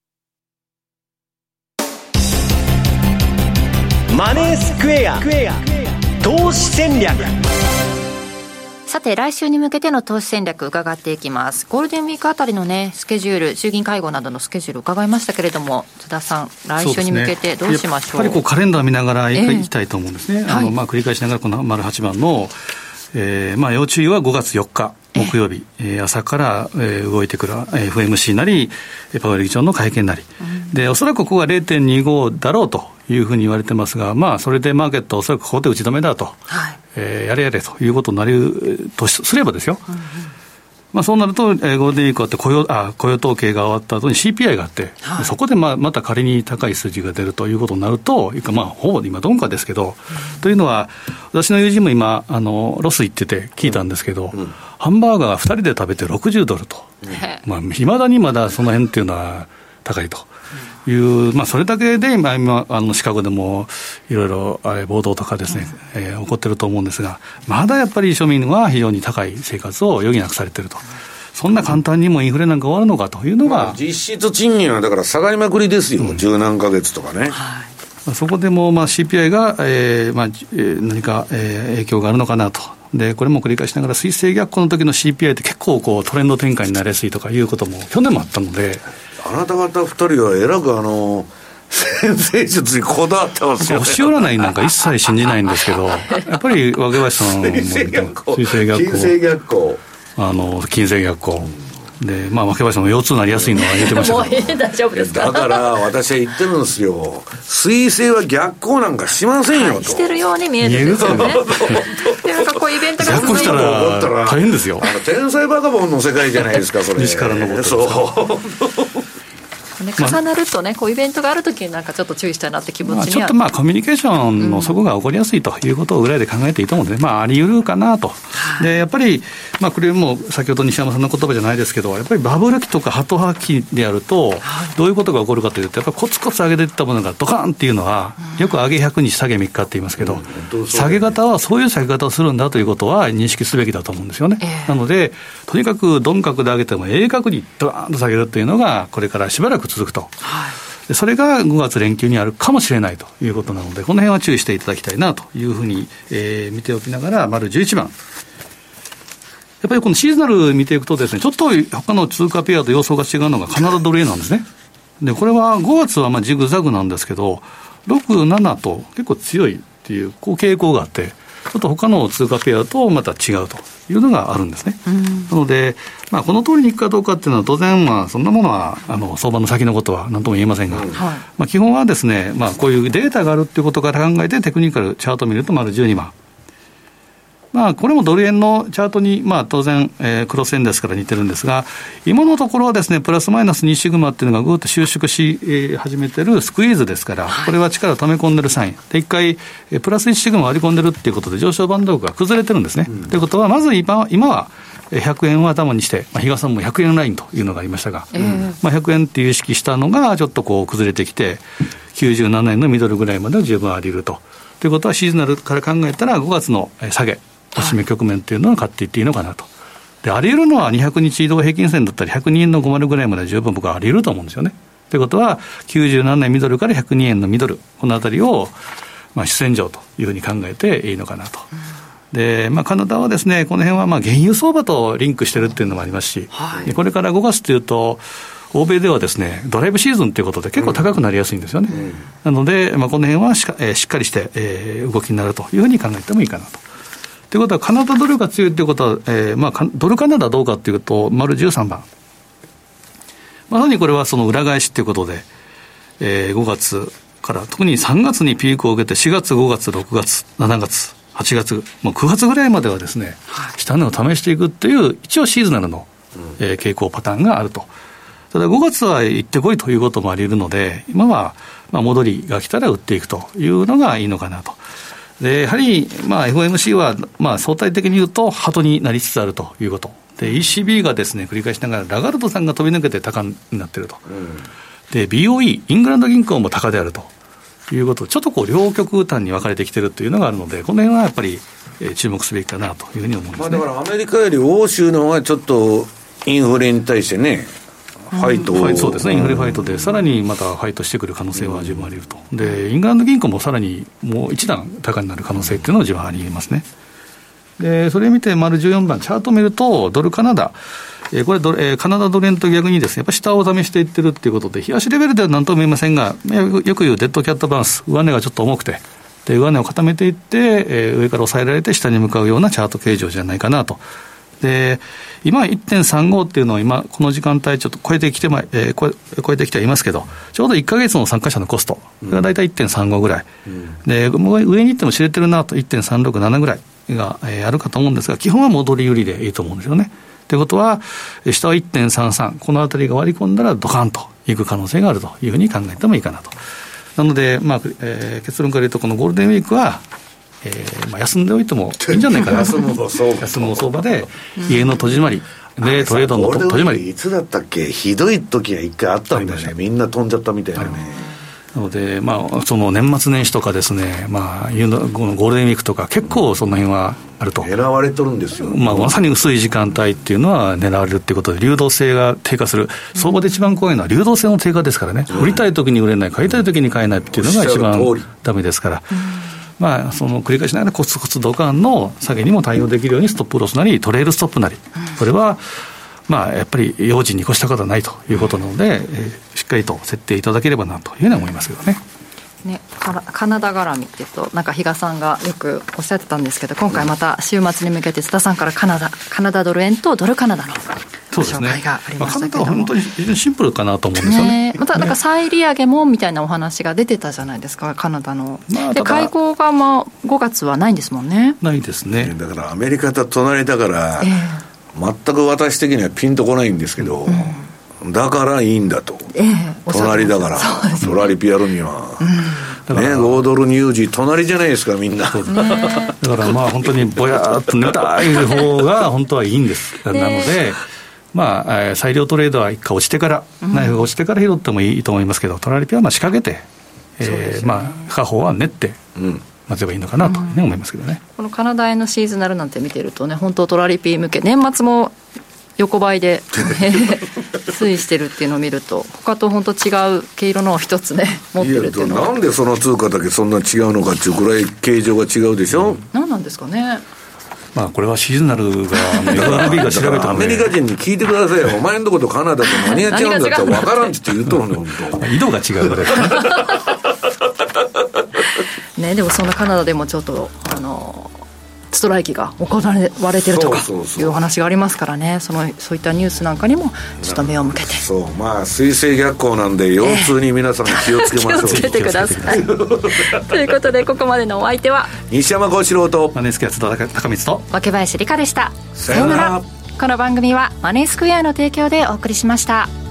A: マネースクエア投資戦略。
D: さて、来週に向けての投資戦略伺っていきます。ゴールデンウィークあたりのね、スケジュール、衆議院会合などのスケジュール伺いましたけれども、津田さん、来週に向けてどうしましょう。
C: やっぱりカレンダー見ながらいきたいと思うんですね。繰り返しながらこの丸8番の、要注意は5月4日木曜日、朝から、動いてくる、FMC なりパウエル議長の会見なり、でおそらくここが 0.25 だろうというふうに言われてますが、それでマーケットはおそらくここで打ち止めだと、やれやれということになるとすればですよ、そうなると、ゴールデンウィークあって雇用統計が終わった後に CPI があって、そこでまた仮に高い数字が出るということになると、ほぼ今鈍化ですけど、というのは私の友人も今ロス行ってて聞いたんですけど、ハンバーガー2人で食べて$60と、いまだにまだその辺っていうのは高いという、それだけで今シカゴでもいろいろ暴動とかですね、起こってると思うんですが、まだやっぱり庶民は非常に高い生活を余儀なくされてると。そんな簡単にもインフレなんか終わるのかというのが、
B: 実質賃金はだから下がりまくりですよ、十何ヶ月とかね。
C: そこでもCPI が、何か、影響があるのかなと。でこれも繰り返しながら、水星逆行の時の CPI って結構トレンド転換になりやすいとかいうことも去年もあったので、
B: あなた方2人はえらく先生術にこだわってますよね。
C: 星占いなんか一切信じないんですけど、やっぱり若林さんも水星逆行、金星逆行で、若林さんも腰痛になりやすいのは言ってましたけど
D: 大丈夫ですか。
B: だから私は言ってるんですよ、水星は逆行なんかしませんよと、
D: してるように見えるんですよね。でなんかこうイベントが
C: 逆行したら大変ですよ。
B: 天才バカボンの世界じゃないですか、それ。
C: 西から登ってる。
D: 重なるとね、こうイベントがあるときになんかちょっと注意したいなって気持ちには、
C: ちょっとコミュニケーションの底が起こりやすいということをぐらいで考えていいと思うので、あり得るかなと。でやっぱり、これも先ほど西山さんの言葉じゃないですけど、やっぱりバブル期とかハト派期であると、どういうことが起こるかというと、やっぱりコツコツ上げていったものがドカーンっていうのは、よく上げ100日下げ3日って言いますけど、下げ方はそういう下げ方をするんだということは認識すべきだと思うんですよね。なのでとにかく鈍角で上げても鋭角にドカーンと下げるというのがこれからしばらく続くと。でそれが5月連休にあるかもしれないということなので、この辺は注意していただきたいなというふうに、見ておきながら、丸11番、やっぱりこのシーズナル見ていくとですね、ちょっと他の通貨ペアと様相が違うのがカナダドル円なんですね。でこれは5月はジグザグなんですけど、6、7と結構強いっていう傾向があって、ちょっと他の通貨ペアとまた違うというのがあるんですね。なので、この通りにいくかどうかっていうのは当然そんなものは相場の先のことは何とも言えませんが、基本はですね、こういうデータがあるっていうことから考えてテクニカルチャートを見ると丸12番、これもドル円のチャートに当然、クロス円ですから似てるんですが、今のところはですねプラスマイナス2シグマっていうのがぐーっと収縮し、始めてるスクイーズですから、これは力を溜め込んでるサインで、一回プラス1シグマ割り込んでるっていうことで上昇バンドが崩れてるんですね。ということはまず今は100円を頭にして、比嘉さんも100円ラインというのがありましたが、100円っていう意識したのがちょっと崩れてきて97円のミドルぐらいまでは十分あり得るということは、シーズナルから考えたら5月の下げおしめ局面っていうのは買っていっていいのかなと。であり得るのは200日移動平均線だったり102円の50ぐらいまで十分僕はあり得ると思うんですよね。ということは97円ミドルから102円のミドル、このあたりを主戦場というふうに考えていいのかなと。でカナダはですね、この辺は原油相場とリンクしてるっていうのもありますし、でこれから5月というと欧米ではですねドライブシーズンということで結構高くなりやすいんですよね、なので、この辺はしっかりして、動きになるというふうに考えてもいいかなと。ということはカナダドルが強いということは、ドルカナダどうかというと丸13番、まさにこれはその裏返しということで、5月から特に3月にピークを受けて4月5月6月7月8月もう9月ぐらいまではですね、下値を試していくという一応シーズナルの、傾向パターンがあると。ただ5月は行ってこいということもあり得るので、今は戻りが来たら売っていくというのがいいのかなと。でやはりFOMC は相対的に言うとハトになりつつあるということ。で ECB がですね繰り返しながらラガルドさんが飛び抜けて高になっていると。で BOE イングランド銀行も高であるということ、ちょっと両極端に分かれてきているというのがあるので、この辺はやっぱり注目すべきかなというふうに思いますね。
B: だからアメリカより欧州の方がちょっとインフレに対してねファイトを、
C: そうですね、インフレファイトでさらにまたファイトしてくる可能性は十分あり得ると。でイングランド銀行もさらにもう一段高になる可能性っていうのは十分あり得ますね。でそれを見て丸14番チャートを見るとドルカナダ、これカナダドル円と逆にですねやっぱ下を試していってるっていうことで、日足レベルでは何とも言いませんが、よく言うデッドキャットバランス、上値がちょっと重くて、で上値を固めていって、上から抑えられて下に向かうようなチャート形状じゃないかなと。で今 1.35 っていうのを今この時間帯ちょっと超えてきてはいますけど、ちょうど1ヶ月の参加者のコストがだいたい 1.35 ぐらい、で上に行っても知れてるなと 1.367 ぐらいが、あるかと思うんですが、基本は戻り売りでいいと思うんですよね。ということは下は 1.33 このあたりが割り込んだらドカンといく可能性があるというふうに考えてもいいかなと。なので、結論から言うとこのゴールデンウィークは休んでおいてもいいんじゃないかな休む相場で家の戸締まりでトレードの戸締まり、
B: いつだったっけ、ひどい時が一回あったんだよね、みんな飛んじゃったみたいなね。
C: なので、その年末年始とかですね、このゴールデンウィークとか結構その辺はあると、
B: 狙われとるんですよ、
C: まさに薄い時間帯っていうのは狙われるっていうことで流動性が低下する。相場で一番怖いのは流動性の低下ですからね、売りたい時に売れない、買いたい時に買えないっていうのが一番ダメですから、その繰り返しながらコツコツドカンの下げにも対応できるようにストップロスなりトレールストップなり、それはやっぱり用心に越したことはないということなので、しっかりと設定いただければなというふうに思いますけどね。
D: カナダ絡みっていうとなんか比嘉さんがよくおっしゃってたんですけど、今回また週末に向けて津田さんからカナダドル円とドルカナダのご紹介がありましたけども、
C: カナダは本当に非常にシンプルかなと思うんですよね。
D: またなんか再利上げもみたいなお話が出てたじゃないですか、カナダの。で会合が5月はないんですもんね。
C: ないですね。
B: だからアメリカと隣だから、全く私的にはピンとこないんですけど、だからいいんだと、隣だから、トラリピやるには、5ドル入時隣じゃないですかみんな。だ
C: から本当にぼやーっと寝たい方が本当はいいんです。なので裁量トレードは一回落ちてから、ナイフが落ちてから拾ってもいいと思いますけど、トラリピは仕掛けて、下方は練って待てばいいのかなと、思いますけどね。
D: このカナダ円のシーズナルなんて見てるとね、本当トラリピ向け、年末も横ばいで推移してるっていうのを見ると、他と本当違う毛色のを一つね持ってるっていうのは、
B: なんでその通貨だけそんな違うのかっていうくらい形状が違うでしょ。
D: 何なんですかね。
C: これはシーズナルがFRB が調べた
B: アメリカ人に聞いてくださいよ。お前のとことカナダと何が違うんだったら分からんって言うとるの。
C: 色が違うから
D: ね。でもそんなカナダでもちょっとストライキが行われてるとかいうお話がありますからね、そういったニュースなんかにもちょっと目を向けて、
B: 水星逆行なんで腰痛に皆さん気をつけましょう。
D: 気をつけてくださいということで、ここまでのお相手は
B: 西山幸四郎と
C: マネースクエア津田貴光と
D: 若林理香でした。
B: さよなら。
D: この番組はマネースクエアの提供でお送りしました。